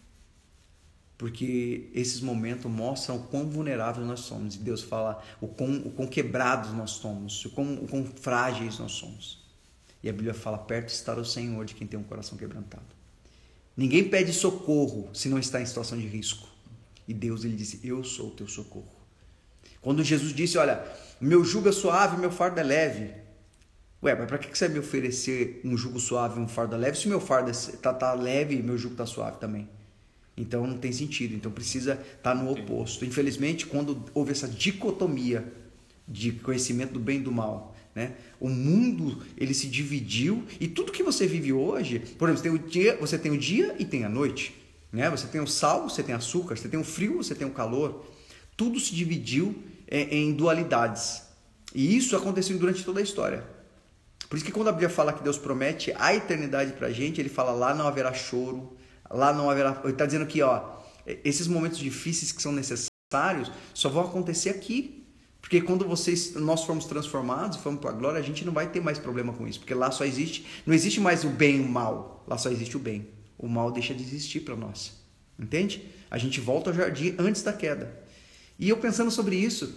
Porque esses momentos mostram o quão vulneráveis nós somos. E Deus fala o quão, o quão quebrados nós somos, o quão, o quão frágeis nós somos. E a Bíblia fala, perto está o Senhor de quem tem um coração quebrantado. Ninguém pede socorro se não está em situação de risco. E Deus, ele disse, eu sou o teu socorro. Quando Jesus disse, olha, meu jugo é suave, meu fardo é leve. Ué, mas para que você vai me oferecer um jugo suave e um fardo leve se o meu fardo está tá leve e meu jugo está suave também? Então não tem sentido, então precisa estar no oposto. Infelizmente, quando houve essa dicotomia de conhecimento do bem e do mal, né? O mundo ele se dividiu, e tudo que você vive hoje, por exemplo, você tem o dia, você tem o dia e tem a noite, né? Você tem o sal, você tem açúcar, você tem o frio, você tem o calor. Tudo se dividiu em, em dualidades, e isso aconteceu durante toda a história. Por isso que quando a Bíblia fala que Deus promete a eternidade para a gente, ele fala lá não haverá choro, lá não haverá... Ele está dizendo que ó, esses momentos difíceis que são necessários só vão acontecer aqui. Porque quando vocês, nós formos transformados e formos para a glória, a gente não vai ter mais problema com isso. Porque lá só existe... Não existe mais o bem e o mal. Lá só existe o bem. O mal deixa de existir para nós. Entende? A gente volta ao jardim antes da queda. E eu pensando sobre isso,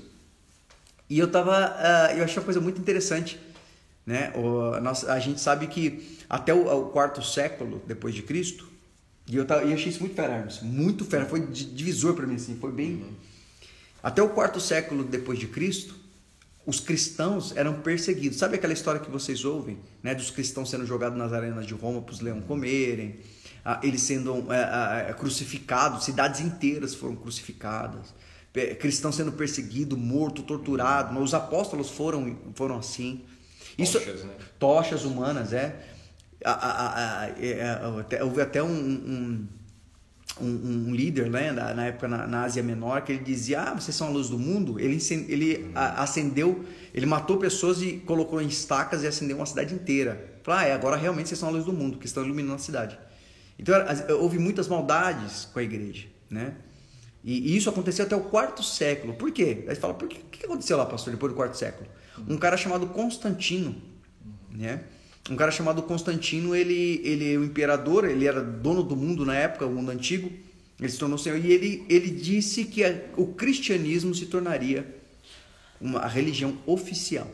e eu tava... Uh, eu achei uma coisa muito interessante. Né? O, nós, a gente sabe que até o, o quarto século depois de Cristo, e eu, eu achei isso muito fera, muito fera, foi divisor para mim, assim, foi bem... Uhum. Até o quarto século depois de Cristo, os cristãos eram perseguidos. Sabe aquela história que vocês ouvem, né, dos cristãos sendo jogados nas arenas de Roma para os leões comerem, ah, eles sendo ah, ah, crucificados, cidades inteiras foram crucificadas, cristãos sendo perseguidos, mortos, torturados, os apóstolos foram, foram assim. Isso, tochas, né? Tochas humanas, é. A, a, a, a, a, houve até um, um, um, um líder, né, na, na época na, na Ásia Menor, que ele dizia, ah, vocês são a luz do mundo. Ele, ele acendeu, ele matou pessoas e colocou em estacas e acendeu uma cidade inteira. Falou, ah, é, agora realmente vocês são a luz do mundo, que estão iluminando a cidade. Então houve muitas maldades com a igreja, né? E, e isso aconteceu até o quarto século. Por quê? Aí você fala, por que, o que aconteceu lá, pastor, depois do quarto século? Um cara chamado Constantino, né? Um cara chamado Constantino, ele, ele, o imperador, ele era dono do mundo na época, o mundo antigo, ele se tornou senhor, e ele, ele disse que a, o cristianismo se tornaria uma a religião oficial.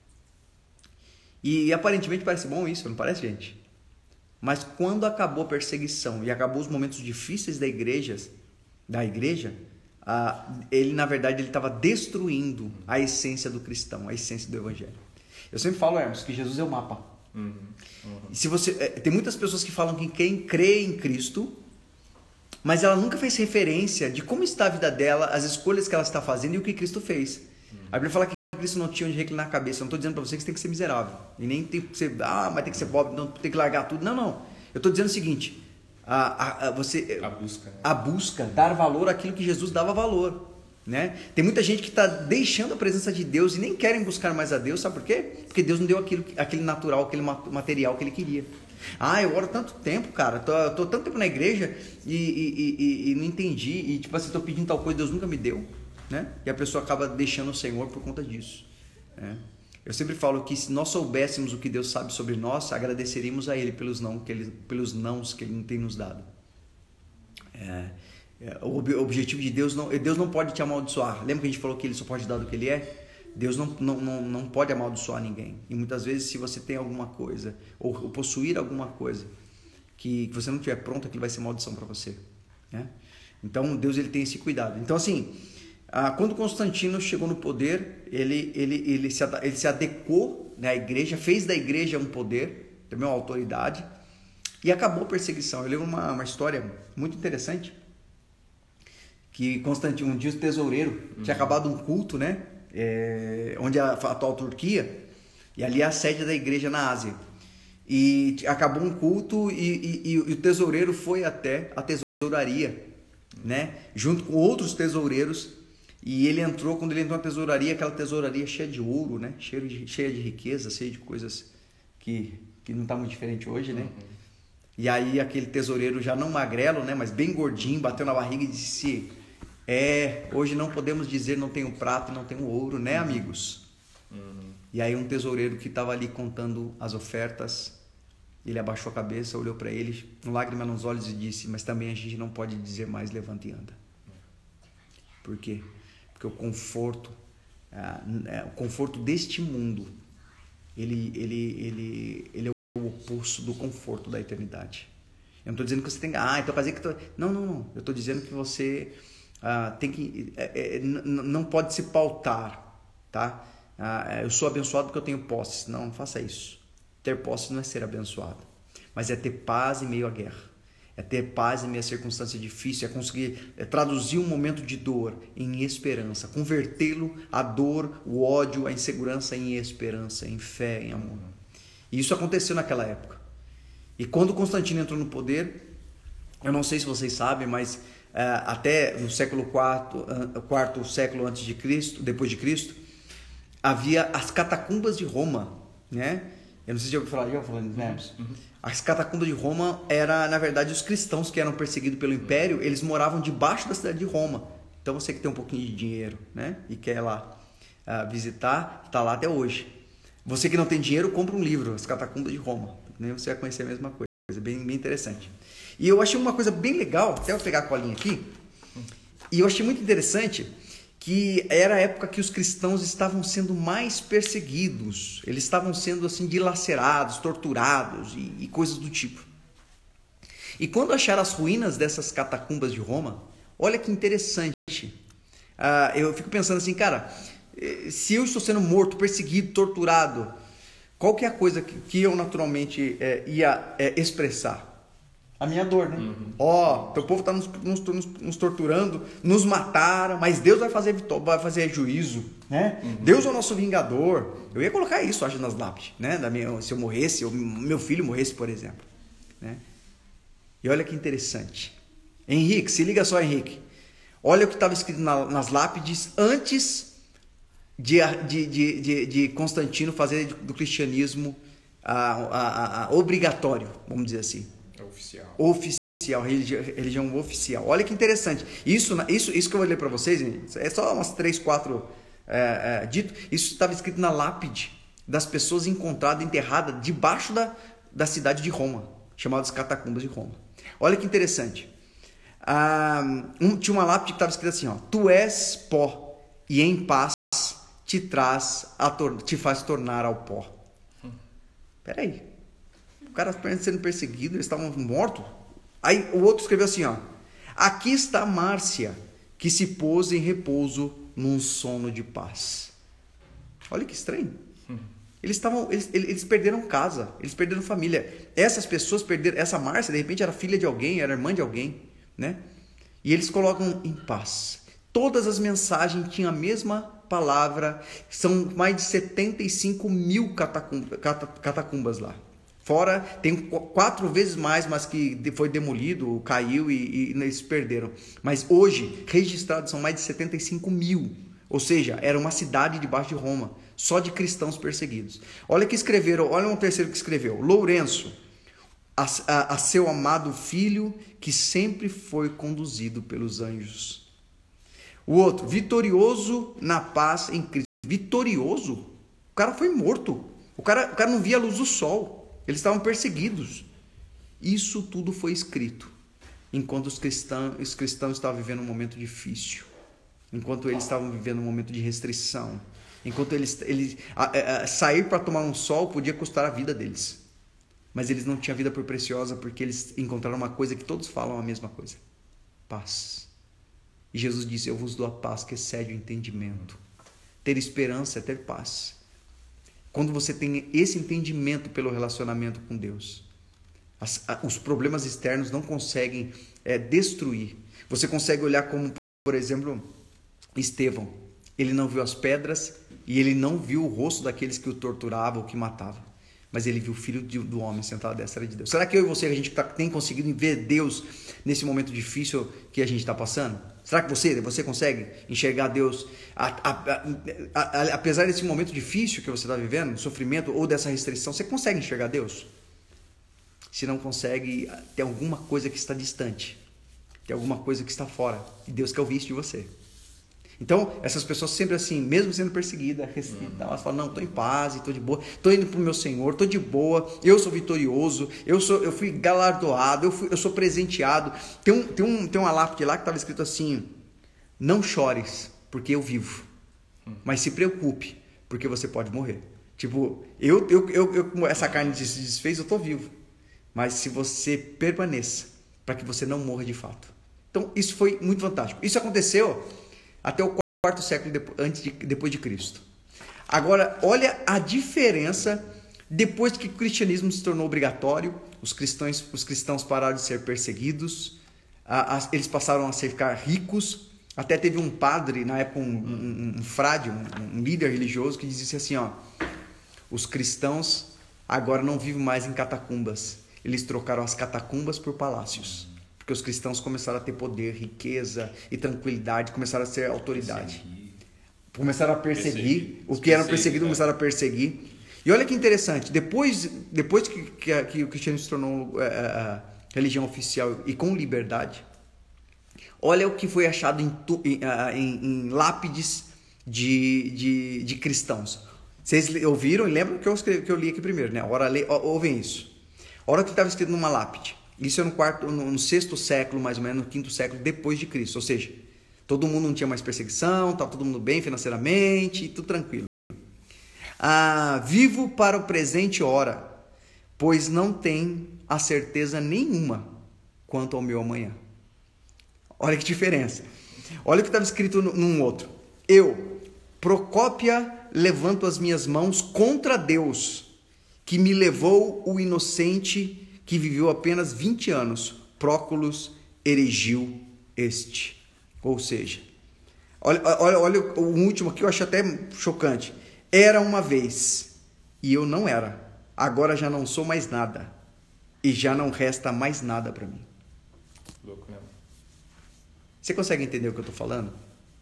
E, e aparentemente parece bom isso, não parece, gente? Mas quando acabou a perseguição e acabou os momentos difíceis da igreja, da igreja, ah, ele na verdade ele estava destruindo a essência do cristão, a essência do evangelho. Eu sempre falo, Hermes, que Jesus é o mapa. Uhum, uhum. E se você, é, tem muitas pessoas que falam que quem crê em Cristo, mas ela nunca fez referência de como está a vida dela, as escolhas que ela está fazendo e o que Cristo fez. Uhum. A Bíblia fala que Cristo não tinha onde reclinar a cabeça. Eu não estou dizendo para você que você tem que ser miserável. E nem tem que ser, ah, mas tem que ser pobre, não, tem que largar tudo. Não, não. Eu estou dizendo o seguinte, a, a, a, você, a busca, né? a busca, dar valor àquilo que Jesus dava valor. Né? Tem muita gente que está deixando a presença de Deus e nem querem buscar mais a Deus, sabe por quê? Porque Deus não deu aquilo, aquele natural, aquele material que ele queria. Ah, eu oro tanto tempo, cara, tô, tô tanto tempo na igreja e, e, e, e não entendi, e tipo assim, tô pedindo tal coisa, Deus nunca me deu, né? E a pessoa acaba deixando o Senhor por conta disso, né? Eu sempre falo que se nós soubéssemos o que Deus sabe sobre nós, agradeceríamos a Ele pelos não que ele, pelos nãos que Ele não tem nos dado. É, o objetivo de Deus não, Deus não pode te amaldiçoar. Lembra que a gente falou que ele só pode dar do que ele é? Deus não, não, não, não pode amaldiçoar ninguém. E muitas vezes, se você tem alguma coisa, ou, ou possuir alguma coisa, que, que você não estiver pronto, aquilo vai ser maldição para você. Né? Então, Deus ele tem esse cuidado. Então, assim, ah, quando Constantino chegou no poder, ele, ele, ele, se, ele se adequou, né, à igreja, fez da igreja um poder, também uma autoridade, e acabou a perseguição. Eu lembro uma, uma história muito interessante, que Constantino, um dia o tesoureiro, uhum. tinha acabado um culto, né? É, onde é a atual Turquia, e ali é a sede da igreja na Ásia. E acabou um culto e, e, e o tesoureiro foi até a tesouraria, né? Junto com outros tesoureiros, e ele entrou, quando ele entrou na tesouraria, aquela tesouraria cheia de ouro, né? Cheia de, cheia de riqueza, cheia de coisas que, que não está muito diferente hoje, né? Uhum. E aí aquele tesoureiro já não magrelo, né? Mas bem gordinho, bateu na barriga e disse: é, hoje não podemos dizer não tenho prata e não tenho ouro, né, amigos? Uhum. E aí um tesoureiro que estava ali contando as ofertas, ele abaixou a cabeça, olhou para ele, com lágrima nos olhos e disse: mas também a gente não pode dizer mais levanta e anda. Por quê? Porque o conforto, o conforto deste mundo, ele, ele, ele, ele é o oposto do conforto da eternidade. Eu não estou dizendo que você tem que... Ah, então fazer que... Tô... Não, não, não. Eu estou dizendo que você... Ah, tem que, é, é, não pode se pautar, tá? Ah, eu sou abençoado porque eu tenho posses. Não, não faça isso. Ter posses não é ser abençoado, mas é ter paz em meio à guerra, é ter paz em meio à circunstância difícil, é conseguir é traduzir um momento de dor em esperança, convertê-lo, a dor, o ódio, a insegurança em esperança, em fé, em amor. E isso aconteceu naquela época. E quando Constantino entrou no poder, eu não sei se vocês sabem, mas Uh, até no século quarto, uh, quarto século antes de Cristo, depois de Cristo, havia as catacumbas de Roma, né? Eu não sei se já ouviu falar, já ouviu falar, né? Uhum. As catacumbas de Roma era, na verdade, os cristãos que eram perseguidos pelo Império, eles moravam debaixo da cidade de Roma. Então você que tem um pouquinho de dinheiro, né? E quer lá uh, visitar, está lá até hoje. Você que não tem dinheiro, compra um livro, As Catacumbas de Roma. Nem você vai conhecer a mesma coisa, bem, bem interessante. E eu achei uma coisa bem legal, até vou pegar a colinha aqui, e eu achei muito interessante que era a época que os cristãos estavam sendo mais perseguidos, eles estavam sendo assim dilacerados, torturados e, e coisas do tipo. E quando acharam as ruínas dessas catacumbas de Roma, olha que interessante, uh, eu fico pensando assim, cara, se eu estou sendo morto, perseguido, torturado, qual que é a coisa que, que eu naturalmente é, ia é, expressar? A minha dor, né? Ó, uhum. oh, teu povo está nos, nos, nos, nos torturando, nos mataram, mas Deus vai fazer, vai fazer juízo, né? Uhum. Deus é o nosso vingador. Eu ia colocar isso, acho, nas lápides, né? Da minha, se eu morresse, ou meu filho morresse, por exemplo. Né? E olha que interessante. Henrique, se liga só, Henrique. Olha o que estava escrito na, nas lápides antes de, de, de, de, de Constantino fazer do cristianismo a, a, a, a obrigatório, vamos dizer assim. Oficial. Oficial, religião, religião oficial. Olha que interessante. Isso, isso, isso que eu vou ler para vocês, é só umas três, quatro é, é, dito. Isso estava escrito na lápide das pessoas encontradas, enterradas debaixo da, da cidade de Roma, chamadas Catacumbas de Roma. Olha que interessante. Ah, um, tinha uma lápide que estava escrita assim, ó: tu és pó e em paz te traz, a tor- te faz tornar ao pó. Peraí. O cara sendo perseguido, eles estavam mortos. Aí o outro escreveu assim, ó: aqui está Márcia, que se pôs em repouso num sono de paz. Olha que estranho. Eles estavam, eles, eles perderam casa, eles perderam família. Essas pessoas perderam, essa Márcia de repente era filha de alguém, era irmã de alguém, né? E eles colocam em paz. Todas as mensagens tinham a mesma palavra. São mais de setenta e cinco mil catacumbas, catacumbas lá. Fora, tem quatro vezes mais, mas que foi demolido, caiu e, e eles perderam. Mas hoje, registrados são mais de setenta e cinco mil. Ou seja, era uma cidade debaixo de Roma, só de cristãos perseguidos. Olha que escreveram, olha um terceiro que escreveu: Lourenço, a, a, a seu amado filho, que sempre foi conduzido pelos anjos. O outro: vitorioso na paz em Cristo. Vitorioso? O cara foi morto. O cara, o cara não via a luz do sol. Eles estavam perseguidos. Isso tudo foi escrito enquanto os cristãos, os cristãos estavam vivendo um momento difícil, enquanto eles estavam vivendo um momento de restrição, enquanto eles, eles a, a, a, sair para tomar um sol podia custar a vida deles, mas eles não tinham vida por preciosa porque eles encontraram uma coisa que todos falam a mesma coisa: paz. E Jesus disse: eu vos dou a paz que excede o entendimento. Ter esperança é ter paz. Quando você tem esse entendimento pelo relacionamento com Deus, as, a, os problemas externos não conseguem é, destruir. Você consegue olhar como, por exemplo, Estevão. Ele não viu as pedras e ele não viu o rosto daqueles que o torturavam ou que matavam, mas ele viu o Filho de, do homem sentado à destra de Deus. Será que eu e você, a gente tá, tem conseguido ver Deus nesse momento difícil que a gente está passando? Será que você, você consegue enxergar Deus, a, a, a, a, a, apesar desse momento difícil que você está vivendo, sofrimento ou dessa restrição, você consegue enxergar Deus? Se não consegue, tem alguma coisa que está distante, tem alguma coisa que está fora, e Deus quer ouvir isso de você. Então, essas pessoas sempre assim, mesmo sendo perseguidas, restritas, elas falam: não, estou em paz, estou de boa, estou indo para o meu Senhor, estou de boa, eu sou vitorioso, eu, sou, eu fui galardoado, eu, fui, eu sou presenteado. Tem, um, tem, um, tem uma lápide lá que estava escrito assim: não chores, porque eu vivo, mas se preocupe, porque você pode morrer. Tipo, eu, eu, eu, eu essa carne se desfez, eu estou vivo, mas se você permaneça, para que você não morra de fato. Então, isso foi muito fantástico. Isso aconteceu até o quarto século depois, antes de, depois de Cristo. Agora, olha a diferença depois que o cristianismo se tornou obrigatório, os cristãos, os cristãos pararam de ser perseguidos, a, a, eles passaram a ficar ricos. Até teve um padre, na época, um, um, um frade, um, um líder religioso, que dizia assim: ó, os cristãos agora não vivem mais em catacumbas, eles trocaram as catacumbas por palácios. Porque os cristãos começaram a ter poder, riqueza e tranquilidade, começaram a ser autoridade. Perseguir. Começaram a perseguir. perseguir. Os que eram perseguidos começaram a perseguir. E olha que interessante, depois, depois que, que, que o cristianismo se tornou é, a religião oficial e com liberdade, olha o que foi achado em, em, em, em lápides de, de, de cristãos. Vocês ouviram e lembram que eu, escrevi, que eu li aqui primeiro, né? Ora, le, ouvem isso. Olha o que estava escrito numa lápide. Isso é no, quarto, no, no sexto século, mais ou menos, no quinto século depois de Cristo. Ou seja, todo mundo não tinha mais perseguição, estava todo mundo bem financeiramente, tudo tranquilo. Ah, vivo para o presente hora, pois não tem a certeza nenhuma quanto ao meu amanhã. Olha que diferença. Olha o que estava escrito num outro. Eu, Procópia, levanto as minhas mãos contra Deus, que me levou o inocente que viveu apenas vinte anos, Próculos erigiu este. Ou seja, olha, olha, olha o último aqui, eu acho até chocante. Era uma vez, e eu não era. Agora já não sou mais nada, e já não resta mais nada para mim. Louco, né? Você consegue entender o que eu estou falando?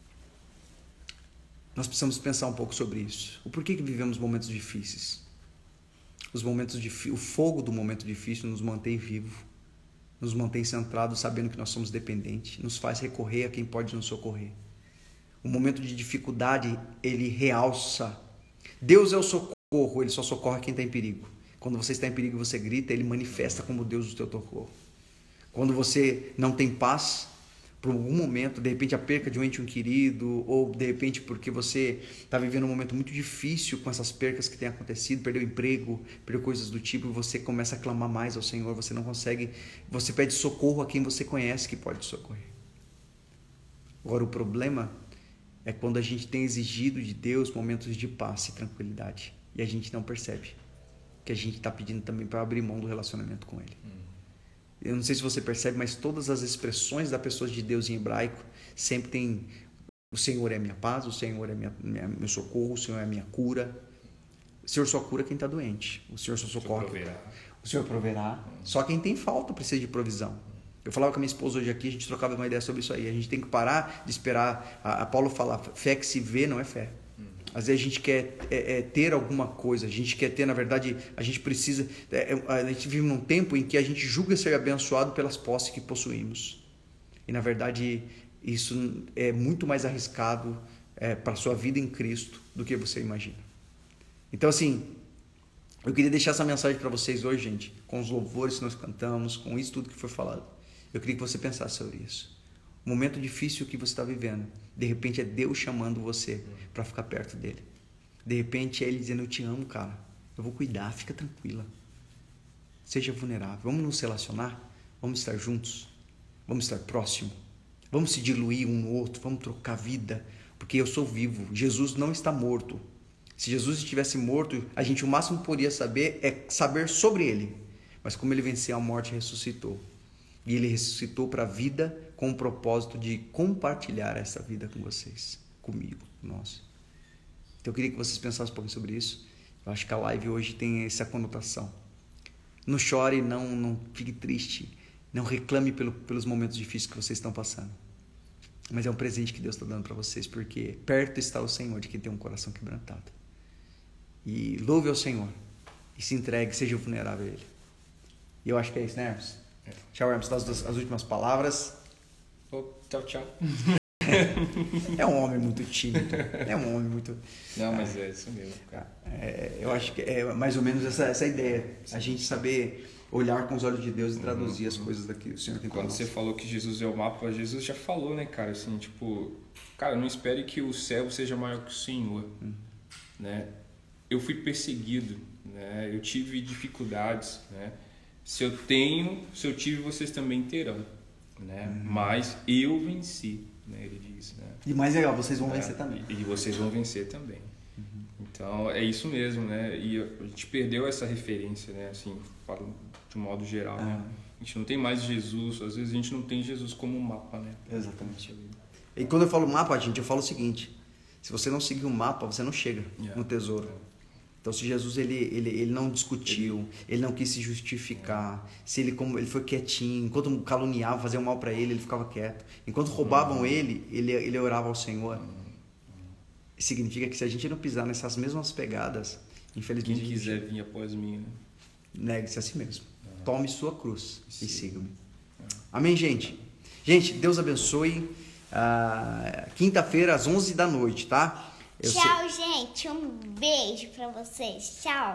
Nós precisamos pensar um pouco sobre isso. O porquê que vivemos momentos difíceis? Os momentos difí- o fogo do momento difícil nos mantém vivo, nos mantém centrados, sabendo que nós somos dependentes, nos faz recorrer a quem pode nos socorrer. O momento de dificuldade, ele realça. Deus é o socorro, ele só socorre quem está em perigo. Quando você está em perigo, você grita, ele manifesta como Deus o teu socorro. Quando você não tem paz, por algum momento, de repente a perca de um ente um querido, ou de repente porque você está vivendo um momento muito difícil com essas percas que têm acontecido, perdeu emprego, perdeu coisas do tipo, e você começa a clamar mais ao Senhor, você não consegue, você pede socorro a quem você conhece que pode te socorrer. Agora o problema é quando a gente tem exigido de Deus momentos de paz e tranquilidade, e a gente não percebe que a gente está pedindo também para abrir mão do relacionamento com Ele. Hum. Eu não sei se você percebe, mas todas as expressões das pessoas de Deus em hebraico sempre tem: o Senhor é minha paz, o Senhor é minha, minha, meu socorro, o Senhor é minha cura. O Senhor só cura quem está doente. O Senhor só socorre. O Senhor proverá. O Senhor proverá. Hum. Só quem tem falta precisa de provisão. Eu falava com a minha esposa hoje aqui, a gente trocava uma ideia sobre isso aí. A gente tem que parar de esperar. A, a Paulo fala: fé que se vê não é fé. Às vezes a gente quer é, é, ter alguma coisa, a gente quer ter, na verdade, a gente precisa, é, a gente vive num tempo em que a gente julga ser abençoado pelas posses que possuímos. E, na verdade, isso é muito mais arriscado é, para a sua vida em Cristo do que você imagina. Então, assim, eu queria deixar essa mensagem para vocês hoje, gente, com os louvores que nós cantamos, com isso tudo que foi falado. Eu queria que você pensasse sobre isso. O momento difícil que você está vivendo, de repente é Deus chamando você para ficar perto dele. De repente é ele dizendo, eu te amo, cara. Eu vou cuidar, fica tranquila. Seja vulnerável. Vamos nos relacionar? Vamos estar juntos? Vamos estar próximos? Vamos se diluir um no outro? Vamos trocar vida? Porque eu sou vivo. Jesus não está morto. Se Jesus estivesse morto, a gente o máximo que poderia saber é saber sobre ele. Mas como ele venceu a morte, ressuscitou. E ele ressuscitou para a vida com o propósito de compartilhar essa vida com vocês, comigo, nós. Então eu queria que vocês pensassem um pouco sobre isso. Eu acho que a live hoje tem essa conotação. Não chore, não, não fique triste, não reclame pelo, pelos momentos difíceis que vocês estão passando. Mas é um presente que Deus está dando para vocês, porque perto está o Senhor de quem tem um coração quebrantado. E louve ao Senhor e se entregue, seja vulnerável a Ele. E eu acho que é isso, né, Hermes? É. Tchau, Hermes, as, as últimas palavras. Oh, tchau, tchau. É um homem muito tímido. É um homem muito... Não, mas é isso mesmo, cara. É, eu acho que é mais ou menos essa, essa ideia. A gente saber olhar com os olhos de Deus e traduzir uhum. as coisas daqui. O Senhor tem Quando você falou que Jesus é o mapa, Jesus já falou, né, cara? Assim, tipo, cara, não espere que o servo seja maior que o Senhor, uhum. né? Eu fui perseguido, né? Eu tive dificuldades, né? Se eu tenho, se eu tive, vocês também terão, né? Uhum. Mas eu venci, né? Ele diz, né? E mais legal, vocês vão é, vencer também. E, e vocês vão vencer também. Uhum. Então, é isso mesmo, né? E a gente perdeu essa referência, né? Assim, falo de um modo geral, ah. né? A gente não tem mais Jesus, às vezes a gente não tem Jesus como um mapa, né? Exatamente. E quando eu falo mapa, gente, eu falo o seguinte: se você não seguir o mapa, você não chega yeah. no tesouro. Yeah. Então, se Jesus ele, ele, ele não discutiu, ele não quis se justificar, se ele, como, ele foi quietinho, enquanto caluniavam, faziam mal para ele, ele ficava quieto. Enquanto roubavam ele, ele, ele orava ao Senhor. Significa que se a gente não pisar nessas mesmas pegadas, infelizmente... Quem quiser vir após mim, né? Negue-se a si mesmo. Tome sua cruz e siga-me. Amém, gente? Gente, Deus abençoe. Uh, quinta-feira, às onze da noite, tá? Eu Tchau, sei... gente. Um beijo pra vocês. Tchau.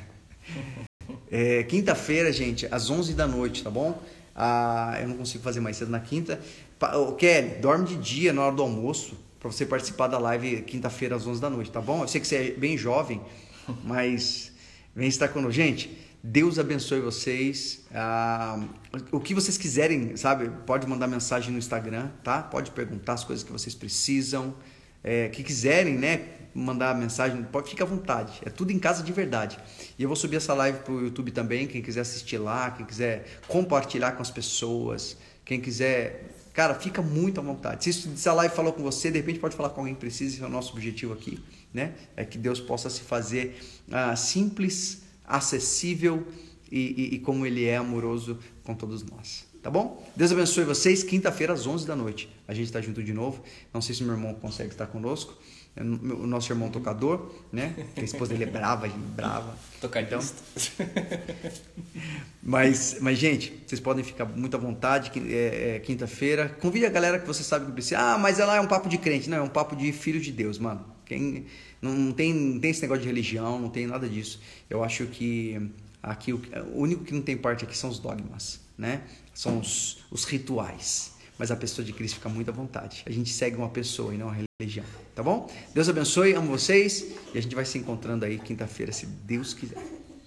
é, quinta-feira, gente, às onze da noite, tá bom? Ah, eu não consigo fazer mais cedo na quinta. Ô, Kelly, dorme de dia na hora do almoço pra você participar da live quinta-feira às onze da noite, tá bom? Eu sei que você é bem jovem, mas vem estar conosco. Gente, Deus abençoe vocês. Ah, o que vocês quiserem, sabe? Pode mandar mensagem no Instagram, tá? Pode perguntar as coisas que vocês precisam. É, que quiserem, né, mandar mensagem, pode ficar à vontade. É tudo em casa de verdade. E eu vou subir essa live pro YouTube também. Quem quiser assistir lá, quem quiser compartilhar com as pessoas, quem quiser, cara, fica muito à vontade. Se, se essa live falou com você, de repente pode falar com alguém que precisa. Esse é o nosso objetivo aqui, né? É que Deus possa se fazer ah, simples, acessível e, e, e como Ele é amoroso com todos nós. Tá bom? Deus abençoe vocês. Quinta-feira às onze da noite. A gente está junto de novo. Não sei se meu irmão consegue estar conosco. O nosso irmão tocador, né? A esposa dele é brava, a gente é brava. Tocadista. Então, mas, mas, gente, vocês podem ficar muito à vontade. É, é, quinta-feira. Convide a galera que você sabe que precisa. Ah, mas ela é um papo de crente. Não, é um papo de filho de Deus, mano. Quem, não, não, tem, não tem esse negócio de religião, não tem nada disso. Eu acho que aqui o, o único que não tem parte aqui são os dogmas, né? São os, os rituais. Mas a pessoa de Cristo fica muito à vontade. A gente segue uma pessoa e não uma religião. Tá bom? Deus abençoe, amo vocês. E a gente vai se encontrando aí quinta-feira, se Deus quiser.